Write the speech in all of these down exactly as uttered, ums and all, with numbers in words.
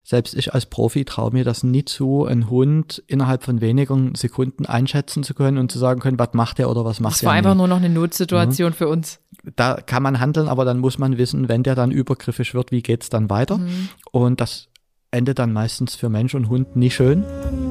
selbst ich als Profi traue mir das nie zu, einen Hund innerhalb von wenigen Sekunden einschätzen zu können und zu sagen können, was macht er oder was macht er. Das war einfach nur noch eine Notsituation mhm. für uns. Da kann man handeln, aber dann muss man wissen, wenn der dann übergriffig wird, wie geht's dann weiter? Mhm. Und das endet dann meistens für Mensch und Hund nie schön.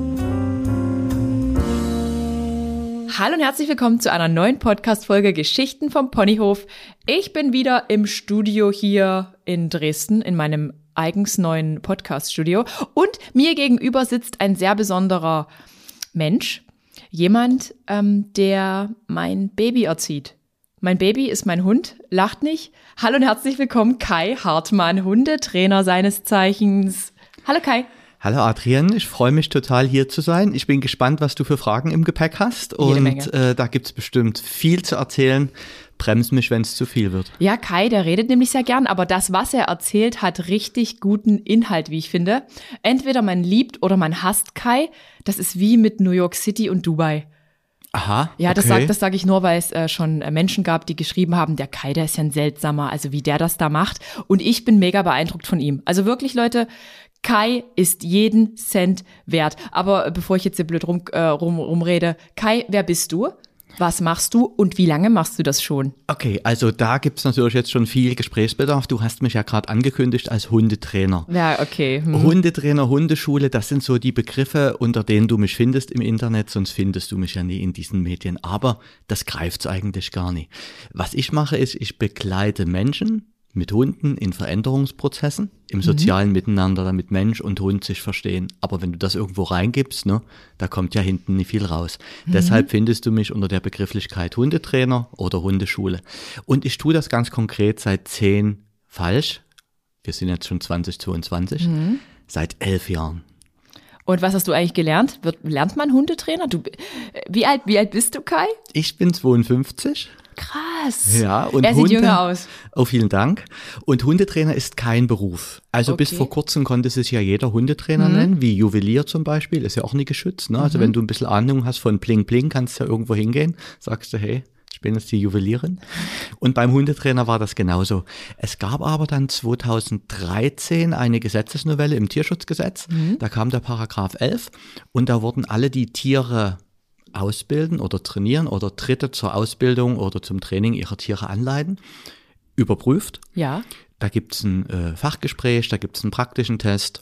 Hallo und herzlich willkommen zu einer neuen Podcast-Folge Geschichten vom Ponyhof. Ich bin wieder im Studio hier in Dresden, in meinem eigens neuen Podcast-Studio. Und mir gegenüber sitzt ein sehr besonderer Mensch. Jemand, ähm, der mein Baby erzieht. Mein Baby ist mein Hund, lacht nicht. Hallo und herzlich willkommen, Kai Hartmann, Hundetrainer seines Zeichens. Hallo Kai. Hallo Adrian, ich freue mich total hier zu sein. Ich bin gespannt, was du für Fragen im Gepäck hast. Und äh, da gibt's bestimmt viel zu erzählen. Bremse mich, wenn es zu viel wird. Ja, Kai, der redet nämlich sehr gern, aber das, was er erzählt, hat richtig guten Inhalt, wie ich finde. Entweder man liebt oder man hasst Kai. Das ist wie mit New York City und Dubai. Aha, Ja, das okay. sag, das sage ich nur, weil es äh, schon äh, Menschen gab, die geschrieben haben, der Kai, der ist ja ein Seltsamer, also wie der das da macht. Und ich bin mega beeindruckt von ihm. Also wirklich, Leute, Kai ist jeden Cent wert. Aber bevor ich jetzt hier blöd rum, äh, rum, rumrede, Kai, wer bist du? Was machst du und wie lange machst du das schon? Okay, also da gibt's natürlich jetzt schon viel Gesprächsbedarf. Du hast mich ja gerade angekündigt als Hundetrainer. Ja, okay. Hm. Hundetrainer, Hundeschule, das sind so die Begriffe, unter denen du mich findest im Internet, sonst findest du mich ja nie in diesen Medien. Aber das greift's eigentlich gar nicht. Was ich mache ist, ich begleite Menschen mit Hunden in Veränderungsprozessen, im sozialen mhm. Miteinander, damit Mensch und Hund sich verstehen. Aber wenn du das irgendwo reingibst, ne, da kommt ja hinten nicht viel raus. Mhm. Deshalb findest du mich unter der Begrifflichkeit Hundetrainer oder Hundeschule. Und ich tue das ganz konkret seit zehn, falsch, wir sind jetzt schon zwanzig zweiundzwanzig, mhm. seit elf Jahren. Und was hast du eigentlich gelernt? Wird, lernt man Hundetrainer? Du, wie alt, wie alt bist du, Kai? Ich bin zweiundfünfzig. Krass. Ja, und er sieht Hunde, jünger aus. Oh, vielen Dank. Und Hundetrainer ist kein Beruf. Also okay. bis vor kurzem konnte sich ja jeder Hundetrainer mhm. nennen, wie Juwelier zum Beispiel, ist ja auch nie geschützt. Ne? Also mhm. wenn du ein bisschen Ahnung hast von Bling Bling, kannst du ja irgendwo hingehen, sagst du, hey, ich bin jetzt die Juwelierin. Und beim Hundetrainer war das genauso. Es gab aber dann zweitausenddreizehn eine Gesetzesnovelle im Tierschutzgesetz. Mhm. Da kam der Paragraph elf und da wurden alle die Tiere ausbilden oder trainieren oder Dritte zur Ausbildung oder zum Training ihrer Tiere anleiten, überprüft. Ja. Da gibt es ein äh, Fachgespräch, da gibt es einen praktischen Test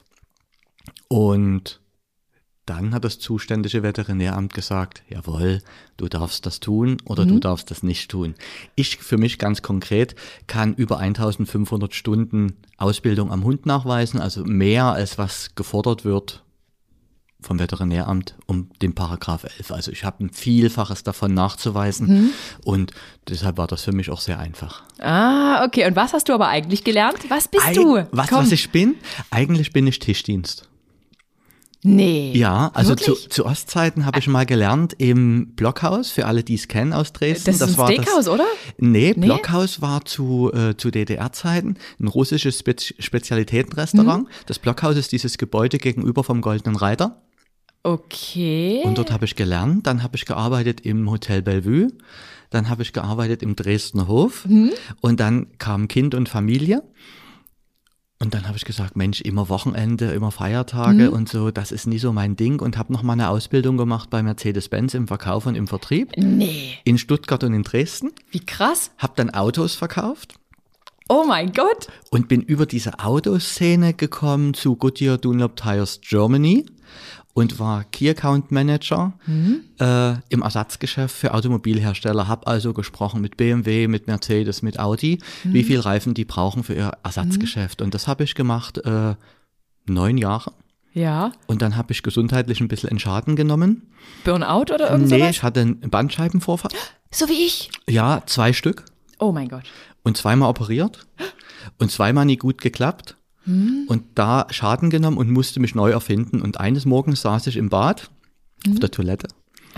und dann hat das zuständige Veterinäramt gesagt, jawohl, du darfst das tun oder mhm. du darfst das nicht tun. Ich für mich ganz konkret kann über eintausendfünfhundert Stunden Ausbildung am Hund nachweisen, also mehr als was gefordert wird vom Veterinäramt um den Paragraph elf. Also ich habe ein Vielfaches davon nachzuweisen mhm. und deshalb war das für mich auch sehr einfach. Ah, okay. Und was hast du aber eigentlich gelernt? Was bist Eig- du? Was, was ich bin? Eigentlich bin ich Tischdienst. Nee. Ja, also zu, zu Ostzeiten habe ich mal gelernt im Blockhaus, für alle, die es kennen aus Dresden. Das ist das ein war Steakhouse, das, oder? Nee, nee, Blockhaus war zu, äh, zu D D R-Zeiten ein russisches Spe- Spezialitätenrestaurant. Mhm. Das Blockhaus ist dieses Gebäude gegenüber vom Goldenen Reiter. Okay. Und dort habe ich gelernt, dann habe ich gearbeitet im Hotel Bellevue, dann habe ich gearbeitet im Dresdner Hof mhm. und dann kam Kind und Familie. Und dann habe ich gesagt, Mensch, immer Wochenende, immer Feiertage mhm. und so, das ist nie so mein Ding und habe nochmal eine Ausbildung gemacht bei Mercedes-Benz im Verkauf und im Vertrieb. Nee. In Stuttgart und in Dresden. Wie krass. Habe dann Autos verkauft. Oh mein Gott. Und bin über diese Autoszene gekommen zu Goodyear Dunlop Tires Germany und war Key Account Manager mhm. äh, im Ersatzgeschäft für Automobilhersteller. Hab also gesprochen mit B M W, mit Mercedes, mit Audi, mhm. wie viel Reifen die brauchen für ihr Ersatzgeschäft. Mhm. Und das habe ich gemacht äh, neun Jahre. Ja. Und dann habe ich gesundheitlich ein bisschen in Schaden genommen. Burnout oder irgendwas? Nee, ich hatte einen Bandscheibenvorfall. So wie ich? Ja, zwei Stück. Oh mein Gott. Und zweimal operiert und zweimal nie gut geklappt. Und da Schaden genommen und musste mich neu erfinden. Und eines Morgens saß ich im Bad mhm. auf der Toilette.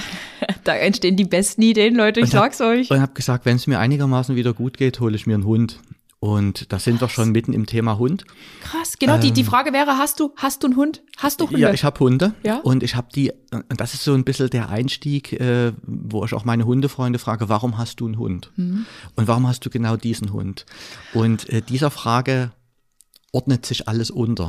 Da entstehen die besten Ideen, Leute, ich und sag's hab, euch. Und habe gesagt, wenn es mir einigermaßen wieder gut geht, hole ich mir einen Hund. Und da sind Krass. wir schon mitten im Thema Hund. Krass, genau, ähm, die, die Frage wäre, hast du, hast du einen Hund? Hast du Hunde? Ja, ich habe Hunde. Ja? Und ich habe die, und das ist so ein bisschen der Einstieg, äh, wo ich auch meine Hundefreunde frage, warum hast du einen Hund? Mhm. Und warum hast du genau diesen Hund? Und äh, dieser Frage ordnet sich alles unter.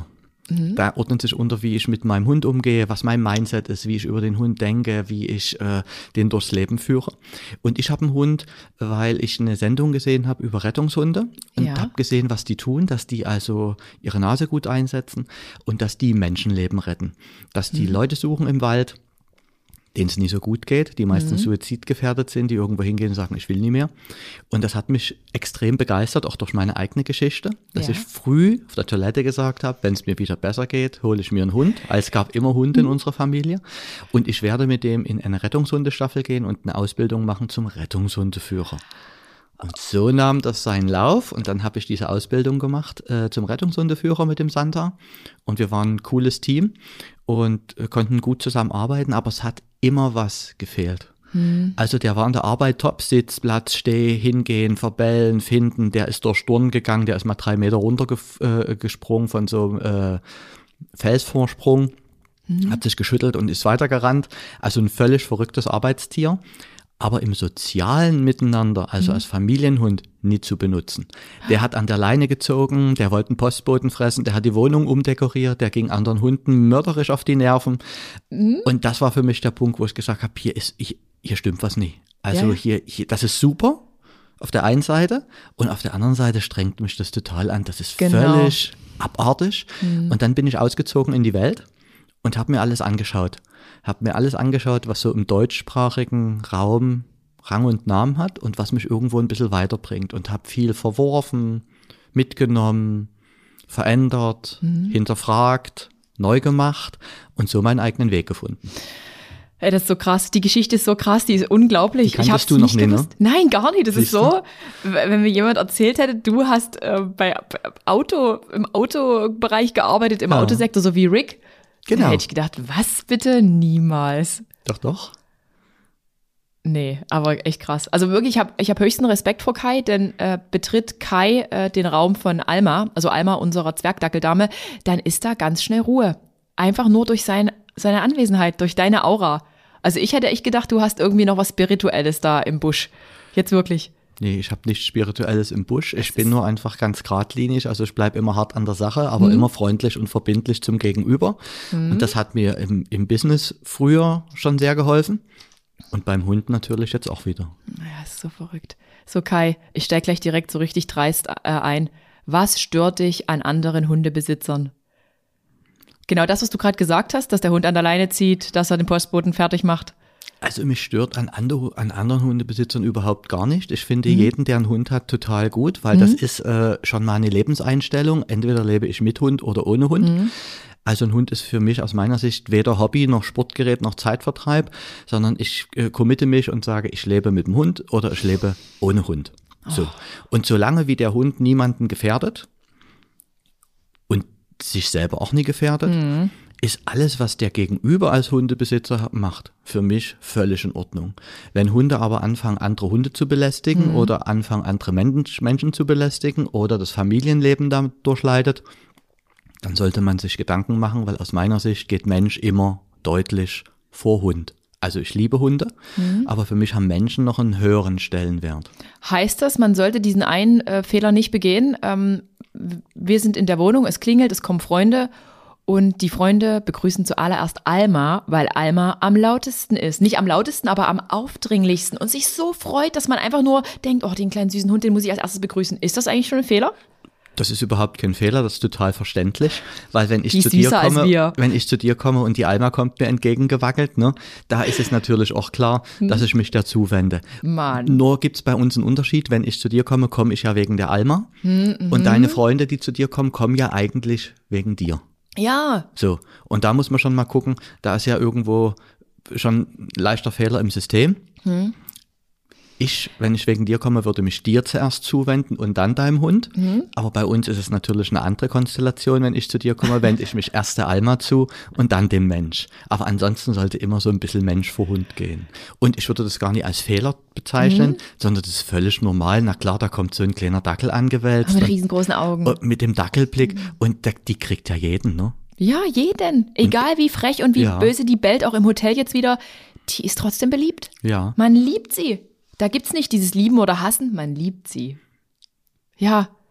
Mhm. Da ordnet sich unter, wie ich mit meinem Hund umgehe, was mein Mindset ist, wie ich über den Hund denke, wie ich äh, den durchs Leben führe. Und ich habe einen Hund, weil ich eine Sendung gesehen habe über Rettungshunde und Ja. habe gesehen, was die tun, dass die also ihre Nase gut einsetzen und dass die Menschenleben retten. Dass die mhm. Leute suchen im Wald, denen es nicht so gut geht, die meistens mhm. suizidgefährdet sind, die irgendwo hingehen und sagen, ich will nie mehr. Und das hat mich extrem begeistert, auch durch meine eigene Geschichte, dass ja. ich früh auf der Toilette gesagt habe, wenn es mir wieder besser geht, hole ich mir einen Hund. Es gab immer Hunde mhm. in unserer Familie. Und ich werde mit dem in eine Rettungshundestaffel gehen und eine Ausbildung machen zum Rettungshundeführer. Und so nahm das seinen Lauf und dann habe ich diese Ausbildung gemacht äh, zum Rettungshundeführer mit dem Santa und wir waren ein cooles Team und äh, konnten gut zusammenarbeiten, aber es hat immer was gefehlt. Hm. Also der war in der Arbeit top, Sitz, Platz, Steh, hingehen, verbellen, finden, der ist durch Turnen gegangen, der ist mal drei Meter runter äh, gesprungen von so einem äh, Felsvorsprung, hm. hat sich geschüttelt und ist weitergerannt. Also ein völlig verrücktes Arbeitstier. Aber im sozialen Miteinander, also mhm. als Familienhund, nie zu benutzen. Der hat an der Leine gezogen, der wollte einen Postboten fressen, der hat die Wohnung umdekoriert, der ging anderen Hunden mörderisch auf die Nerven. Mhm. Und das war für mich der Punkt, wo ich gesagt habe, hier ist, hier, hier stimmt was nicht. Also ja. hier, hier, das ist super auf der einen Seite und auf der anderen Seite strengt mich das total an. Das ist genau. völlig abartig. Mhm. Und dann bin ich ausgezogen in die Welt und habe mir alles angeschaut. Habe mir alles angeschaut, was so im deutschsprachigen Raum Rang und Namen hat und was mich irgendwo ein bisschen weiterbringt und habe viel verworfen, mitgenommen, verändert, mhm. hinterfragt, neu gemacht und so meinen eigenen Weg gefunden. Ey, das ist so krass. Die Geschichte ist so krass, die ist unglaublich. Die kanntest du noch nicht, ne? Nein, gar nicht. Das Siehst ist so, du? Wenn mir jemand erzählt hätte, du hast äh, bei Auto, im Autobereich gearbeitet, im ja. Autosektor, so wie Rick. Genau. Da hätte ich gedacht, was bitte? Niemals. Doch, doch. Nee, aber echt krass. Also wirklich, ich habe ich hab höchsten Respekt vor Kai, denn äh, betritt Kai äh, den Raum von Alma, also Alma, unserer Zwergdackeldame, dann ist da ganz schnell Ruhe. Einfach nur durch sein, seine Anwesenheit, durch deine Aura. Also ich hätte echt gedacht, du hast irgendwie noch was Spirituelles da im Busch. Jetzt wirklich. Nee, ich habe nichts Spirituelles im Busch. Ich bin nur einfach ganz geradlinig. Also ich bleibe immer hart an der Sache, aber mhm. immer freundlich und verbindlich zum Gegenüber. Mhm. Und das hat mir im, im Business früher schon sehr geholfen. Und beim Hund natürlich jetzt auch wieder. Ja, ist so verrückt. So Kai, ich steige gleich direkt so richtig dreist äh, ein. Was stört dich an anderen Hundebesitzern? Genau das, was du gerade gesagt hast, dass der Hund an der Leine zieht, dass er den Postboten fertig macht. Also mich stört an, andere, an anderen Hundebesitzern überhaupt gar nicht. Ich finde mhm. jeden, der einen Hund hat, total gut, weil mhm. das ist äh, schon mal eine Lebenseinstellung. Entweder lebe ich mit Hund oder ohne Hund. Mhm. Also ein Hund ist für mich aus meiner Sicht weder Hobby noch Sportgerät noch Zeitvertreib, sondern ich äh, committe mich und sage, ich lebe mit dem Hund oder ich lebe ohne Hund. So. Oh. Und solange wie der Hund niemanden gefährdet und sich selber auch nie gefährdet, mhm. ist alles, was der Gegenüber als Hundebesitzer macht, für mich völlig in Ordnung. Wenn Hunde aber anfangen, andere Hunde zu belästigen mhm. oder anfangen, andere Mensch, Menschen zu belästigen oder das Familienleben damit durchleidet, dann sollte man sich Gedanken machen, weil aus meiner Sicht geht Mensch immer deutlich vor Hund. Also ich liebe Hunde, mhm. aber für mich haben Menschen noch einen höheren Stellenwert. Heißt das, man sollte diesen einen äh, Fehler nicht begehen? Ähm, wir sind in der Wohnung, es klingelt, es kommen Freunde und die Freunde begrüßen zuallererst Alma, weil Alma am lautesten ist. Nicht am lautesten, aber am aufdringlichsten und sich so freut, dass man einfach nur denkt, oh, den kleinen süßen Hund, den muss ich als erstes begrüßen. Ist das eigentlich schon ein Fehler? Das ist überhaupt kein Fehler, das ist total verständlich, weil wenn ich die zu dir komme, wenn ich zu dir komme und die Alma kommt mir entgegengewackelt, ne, da ist es natürlich auch klar, hm. dass ich mich dazu wende. Mann. Nur gibt's bei uns einen Unterschied, wenn ich zu dir komme, komme ich ja wegen der Alma hm, und deine Freunde, die zu dir kommen, kommen ja eigentlich wegen dir. Ja. So, und da muss man schon mal gucken, da ist ja irgendwo schon ein leichter Fehler im System. Hm. Ich, wenn ich wegen dir komme, würde mich dir zuerst zuwenden und dann deinem Hund. Mhm. Aber bei uns ist es natürlich eine andere Konstellation. Wenn ich zu dir komme, wende ich mich erst der Alma zu und dann dem Mensch. Aber ansonsten sollte immer so ein bisschen Mensch vor Hund gehen. Und ich würde das gar nicht als Fehler bezeichnen, mhm. sondern das ist völlig normal. Na klar, da kommt so ein kleiner Dackel angewälzt. Mit riesengroßen Augen. Mit dem Dackelblick. Mhm. Und der, die kriegt ja jeden, ne? Ja, jeden. Egal wie frech und wie ja. böse die bellt, auch im Hotel jetzt wieder, die ist trotzdem beliebt. Ja. Man liebt sie. Da gibt's nicht dieses Lieben oder Hassen, man liebt sie. Ja,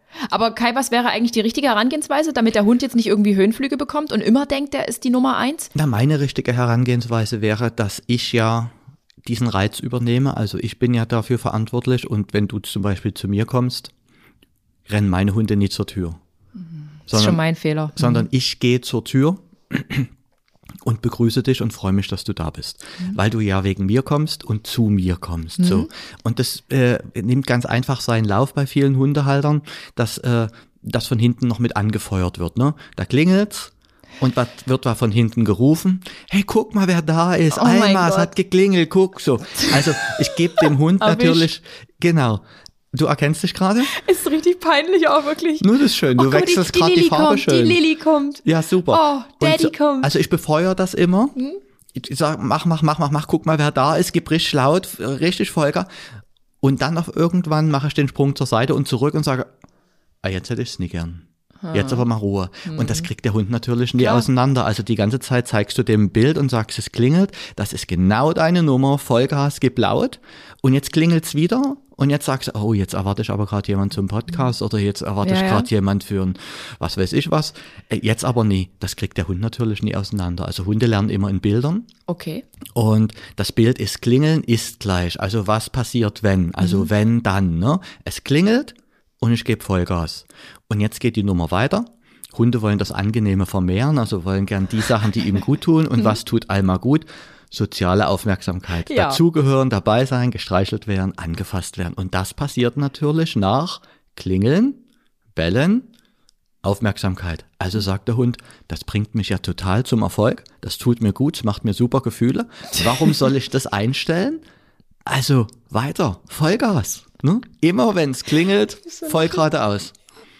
Aber Kai, was wäre eigentlich die richtige Herangehensweise, damit der Hund jetzt nicht irgendwie Höhenflüge bekommt und immer denkt, er ist die Nummer eins? Na, meine richtige Herangehensweise wäre, dass ich ja diesen Reiz übernehme. Also ich bin ja dafür verantwortlich und wenn du zum Beispiel zu mir kommst, rennen meine Hunde nicht zur Tür. Das sondern, ist schon mein Fehler. Sondern ich gehe zur Tür und begrüße dich und freue mich, dass du da bist. Mhm. Weil du ja wegen mir kommst und zu mir kommst. Mhm. So. Und das äh, nimmt ganz einfach seinen Lauf bei vielen Hundehaltern, dass äh, das von hinten noch mit angefeuert wird. Ne? Da klingelt's. Und was wird da von hinten gerufen? Hey, guck mal, wer da ist. Oh Alma, es hat geklingelt, guck so. Also ich gebe dem Hund natürlich, genau. Du erkennst dich gerade? Ist richtig peinlich auch wirklich. Nur das ist schön, du oh, wechselst gerade die, die Farbe kommt, schön. Die Lilly kommt. Ja, super. Oh, Daddy so, kommt. Also ich befeuere das immer. Hm? Ich sage, mach, mach, mach, mach, mach, guck mal, wer da ist, gib richtig laut, richtig Vollgas. Und dann auf irgendwann mache ich den Sprung zur Seite und zurück und sage, ah, jetzt hätte ich es nie gern. Jetzt aber mal Ruhe. Mhm. Und das kriegt der Hund natürlich nie Klar. auseinander. Also die ganze Zeit zeigst du dem Bild und sagst, es klingelt. Das ist genau deine Nummer. Vollgas, gib laut. Und jetzt klingelt's wieder. Und jetzt sagst du, oh, jetzt erwarte ich aber gerade jemand zum Podcast oder jetzt erwarte ja, ich gerade ja. jemand für ein, was weiß ich was. Jetzt aber nie. Das kriegt der Hund natürlich nie auseinander. Also Hunde lernen immer in Bildern. Okay. Und das Bild ist klingeln, ist gleich. Also was passiert, wenn? Also mhm. wenn, dann. Ne? Es klingelt und ich gebe Vollgas. Und jetzt geht die Nummer weiter. Hunde wollen das Angenehme vermehren, also wollen gern die Sachen, die ihm gut tun. Und was tut Alma gut? Soziale Aufmerksamkeit. Ja. Dazugehören, dabei sein, gestreichelt werden, angefasst werden. Und das passiert natürlich nach Klingeln, Bellen, Aufmerksamkeit. Also sagt der Hund, das bringt mich ja total zum Erfolg. Das tut mir gut, es macht mir super Gefühle. Warum soll ich das einstellen? Also weiter, Vollgas. Ne? Immer wenn es klingelt, voll geradeaus.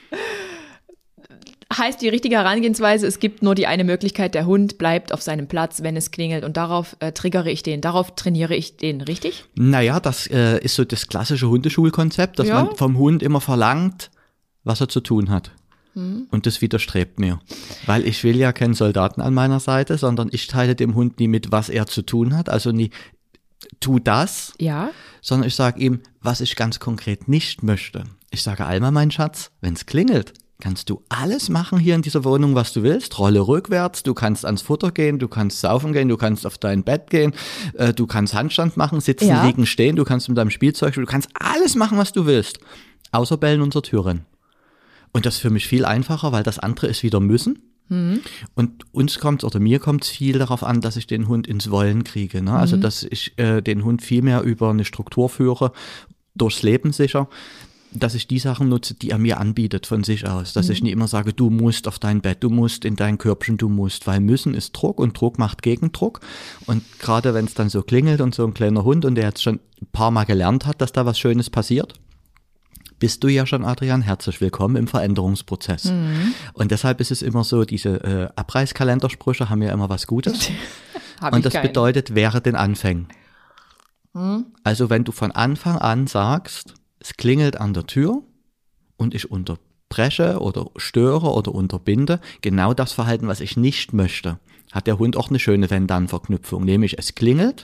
Heißt die richtige Herangehensweise, es gibt nur die eine Möglichkeit, der Hund bleibt auf seinem Platz, wenn es klingelt und darauf äh, triggere ich den, darauf trainiere ich den, richtig? Naja, das äh, ist so das klassische Hundeschulkonzept, dass ja. man vom Hund immer verlangt, was er zu tun hat. Hm. Und das widerstrebt mir, weil ich will ja keinen Soldaten an meiner Seite, sondern ich teile dem Hund nie mit, was er zu tun hat, also nie tu das, ja. sondern ich sage ihm, was ich ganz konkret nicht möchte. Ich sage, Alma, mein Schatz, wenn es klingelt, kannst du alles machen hier in dieser Wohnung, was du willst. Rolle rückwärts, du kannst ans Futter gehen, du kannst saufen gehen, du kannst auf dein Bett gehen, äh, du kannst Handstand machen, sitzen, ja. liegen, stehen, du kannst mit deinem Spielzeug, du kannst alles machen, was du willst. Außer bellen und zur Tür rennen. Und das ist für mich viel einfacher, weil das andere ist wieder müssen. Mhm. Und uns kommt oder mir kommt es viel darauf an, dass ich den Hund ins Wollen kriege. Ne? Also, mhm. dass ich äh, den Hund viel mehr über eine Struktur führe, durchs Leben sicher, dass ich die Sachen nutze, die er mir anbietet von sich aus. Dass mhm. ich nicht immer sage, du musst auf dein Bett, du musst in dein Körbchen, du musst. Weil müssen ist Druck und Druck macht Gegendruck. Und gerade wenn es dann so klingelt und so ein kleiner Hund und der jetzt schon ein paar Mal gelernt hat, dass da was Schönes passiert, bist du ja schon, Adrian, herzlich willkommen im Veränderungsprozess. Mhm. Und deshalb ist es immer so, diese äh, Abreißkalendersprüche haben ja immer was Gutes. Und das keinen. bedeutet, wäre den Anfängen. Mhm. Also wenn du von Anfang an sagst, es klingelt an der Tür und ich unterbreche oder störe oder unterbinde genau das Verhalten, was ich nicht möchte, hat der Hund auch eine schöne Wenn-Dann-Verknüpfung. Nämlich es klingelt,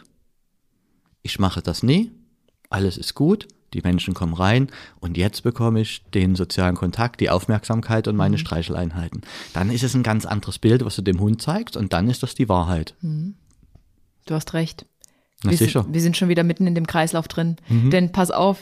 ich mache das nie, alles ist gut, die Menschen kommen rein und jetzt bekomme ich den sozialen Kontakt, die Aufmerksamkeit und meine mhm. Streicheleinheiten. Dann ist es ein ganz anderes Bild, was du dem Hund zeigst und dann ist das die Wahrheit. Mhm. Du hast recht. Na, wir, sicher. Sind, wir sind schon wieder mitten in dem Kreislauf drin. Mhm. Denn pass auf,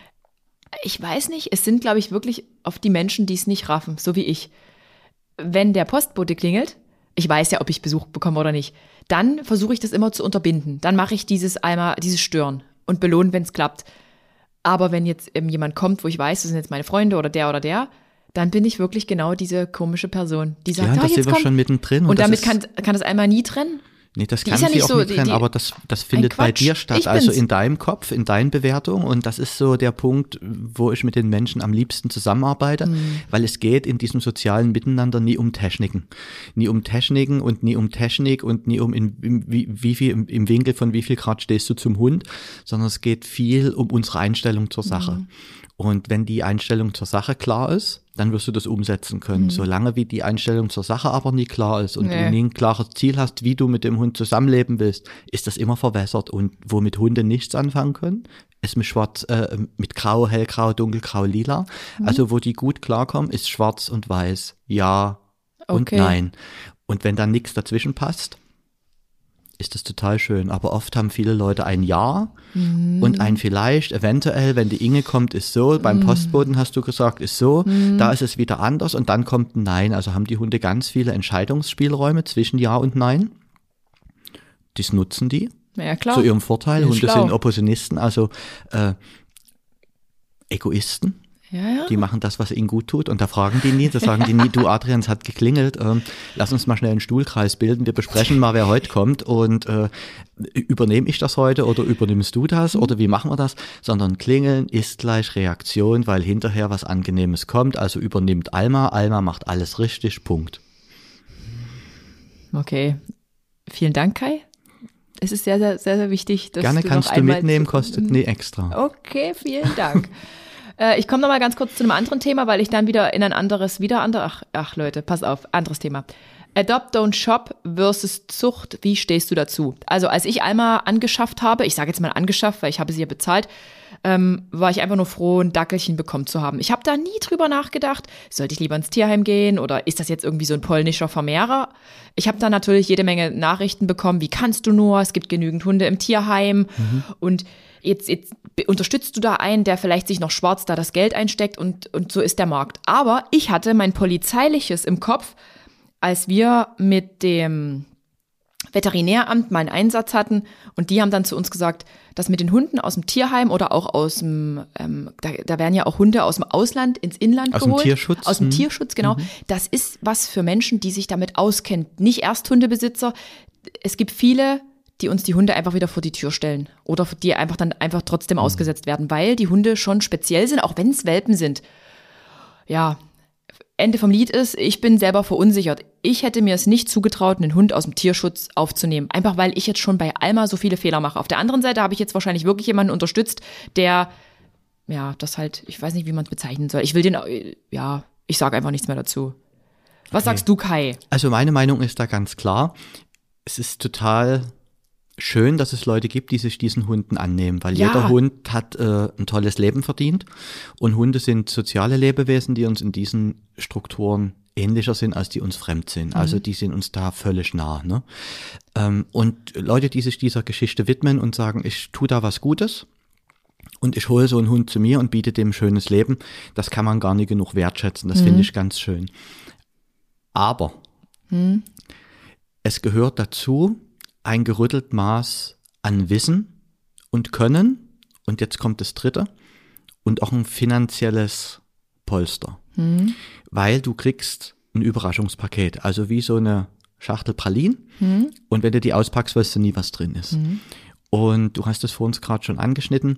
ich weiß nicht, es sind, glaube ich, wirklich oft die Menschen, die es nicht raffen, so wie ich. Wenn der Postbote klingelt, ich weiß ja, ob ich Besuch bekomme oder nicht, dann versuche ich das immer zu unterbinden. Dann mache ich dieses einmal, dieses Stören und belohnen, wenn es klappt. Aber wenn jetzt eben jemand kommt, wo ich weiß, das sind jetzt meine Freunde oder der oder der, dann bin ich wirklich genau diese komische Person, die sagt, ja, da das jetzt sind wir komm. schon mittendrin. Und, und damit kann, kann das einmal nie trennen. Nee, das kann sie ja auch so, nicht trennen, die, aber das, das findet bei dir statt, also in deinem Kopf, in deinen Bewertungen und das ist so der Punkt, wo ich mit den Menschen am liebsten zusammenarbeite, mhm. weil es geht in diesem sozialen Miteinander nie um Techniken, nie um Techniken und nie um Technik und nie um in, in, wie, wie viel, im, im Winkel von wie viel Grad stehst du zum Hund, sondern es geht viel um unsere Einstellung zur Sache. Mhm. Und wenn die Einstellung zur Sache klar ist, dann wirst du das umsetzen können. Mhm. Solange wie die Einstellung zur Sache aber nie klar ist und nee. du nie ein klares Ziel hast, wie du mit dem Hund zusammenleben willst, ist das immer verwässert. Und womit Hunde nichts anfangen können, ist mit schwarz, äh, mit grau, hellgrau, dunkelgrau, lila. Mhm. Also wo die gut klarkommen, ist schwarz und weiß, ja und okay. nein. Und wenn dann nichts dazwischen passt, ist das total schön. Aber oft haben viele Leute ein Ja mhm. und ein vielleicht, eventuell, wenn die Inge kommt, ist so. Beim mhm. Postboten hast du gesagt, ist so. Mhm. Da ist es wieder anders und dann kommt ein Nein. Also haben die Hunde ganz viele Entscheidungsspielräume zwischen Ja und Nein. Das nutzen die ja, klar. zu ihrem Vorteil. Hunde schlau. sind Opportunisten, also äh, Egoisten. Ja, ja. Die machen das, was ihnen gut tut und da fragen die nie, da sagen die nie, du Adrian, es hat geklingelt, ähm, lass uns mal schnell einen Stuhlkreis bilden, wir besprechen mal, wer heute kommt und äh, übernehme ich das heute oder übernimmst du das oder wie machen wir das, sondern klingeln ist gleich Reaktion, weil hinterher was Angenehmes kommt, also übernimmt Alma, Alma macht alles richtig, Punkt. Okay, vielen Dank Kai. Es ist sehr, sehr, sehr, sehr wichtig, dass Gerne du kannst noch du einmal mitnehmen, kostet nie extra. Okay, vielen Dank. Ich komme noch mal ganz kurz zu einem anderen Thema, weil ich dann wieder in ein anderes, wieder andere, ach, ach Leute, pass auf, anderes Thema. Adopt, don't shop versus Zucht, wie stehst du dazu? Also als ich Alma angeschafft habe, ich sage jetzt mal angeschafft, weil ich habe sie ja bezahlt, ähm, war ich einfach nur froh, ein Dackelchen bekommen zu haben. Ich habe da nie drüber nachgedacht, sollte ich lieber ins Tierheim gehen oder ist das jetzt irgendwie so ein polnischer Vermehrer? Ich habe da natürlich jede Menge Nachrichten bekommen, wie kannst du nur, es gibt genügend Hunde im Tierheim mhm. und Jetzt, jetzt unterstützt du da einen, der vielleicht sich noch schwarz da das Geld einsteckt und, und so ist der Markt. Aber ich hatte mein Polizeiliches im Kopf, als wir mit dem Veterinäramt mal einen Einsatz hatten und die haben dann zu uns gesagt, dass mit den Hunden aus dem Tierheim oder auch aus dem, ähm, da, da werden ja auch Hunde aus dem Ausland ins Inland aus geholt. Aus dem Tierschutz. Aus dem mhm. Tierschutz, genau. Mhm. Das ist was für Menschen, die sich damit auskennen. Nicht erst Hundebesitzer. Es gibt viele, die uns die Hunde einfach wieder vor die Tür stellen oder die einfach dann einfach trotzdem mhm. ausgesetzt werden, weil die Hunde schon speziell sind, auch wenn es Welpen sind. Ja, Ende vom Lied ist, ich bin selber verunsichert. Ich hätte mir es nicht zugetraut, einen Hund aus dem Tierschutz aufzunehmen, einfach weil ich jetzt schon bei Alma so viele Fehler mache. Auf der anderen Seite habe ich jetzt wahrscheinlich wirklich jemanden unterstützt, der, ja, das halt, ich weiß nicht, wie man es bezeichnen soll. Ich will den, ja, ich sage einfach nichts mehr dazu. Was okay. sagst du, Kai? Also meine Meinung ist da ganz klar. Es ist total schön, dass es Leute gibt, die sich diesen Hunden annehmen, weil ja. jeder Hund hat äh, ein tolles Leben verdient und Hunde sind soziale Lebewesen, die uns in diesen Strukturen ähnlicher sind, als die uns fremd sind. Mhm. Also die sind uns da völlig nah. Ne? Ähm, und Leute, die sich dieser Geschichte widmen und sagen, ich tue da was Gutes und ich hole so einen Hund zu mir und biete dem ein schönes Leben, das kann man gar nicht genug wertschätzen. Das mhm. finde ich ganz schön. Aber mhm. es gehört dazu, ein gerüttelt Maß an Wissen und Können und jetzt kommt das Dritte und auch ein finanzielles Polster, mhm. weil du kriegst ein Überraschungspaket, also wie so eine Schachtel Pralinen mhm. und wenn du die auspackst, weißt du nie, was drin ist. Mhm. Und du hast es vor uns gerade schon angeschnitten,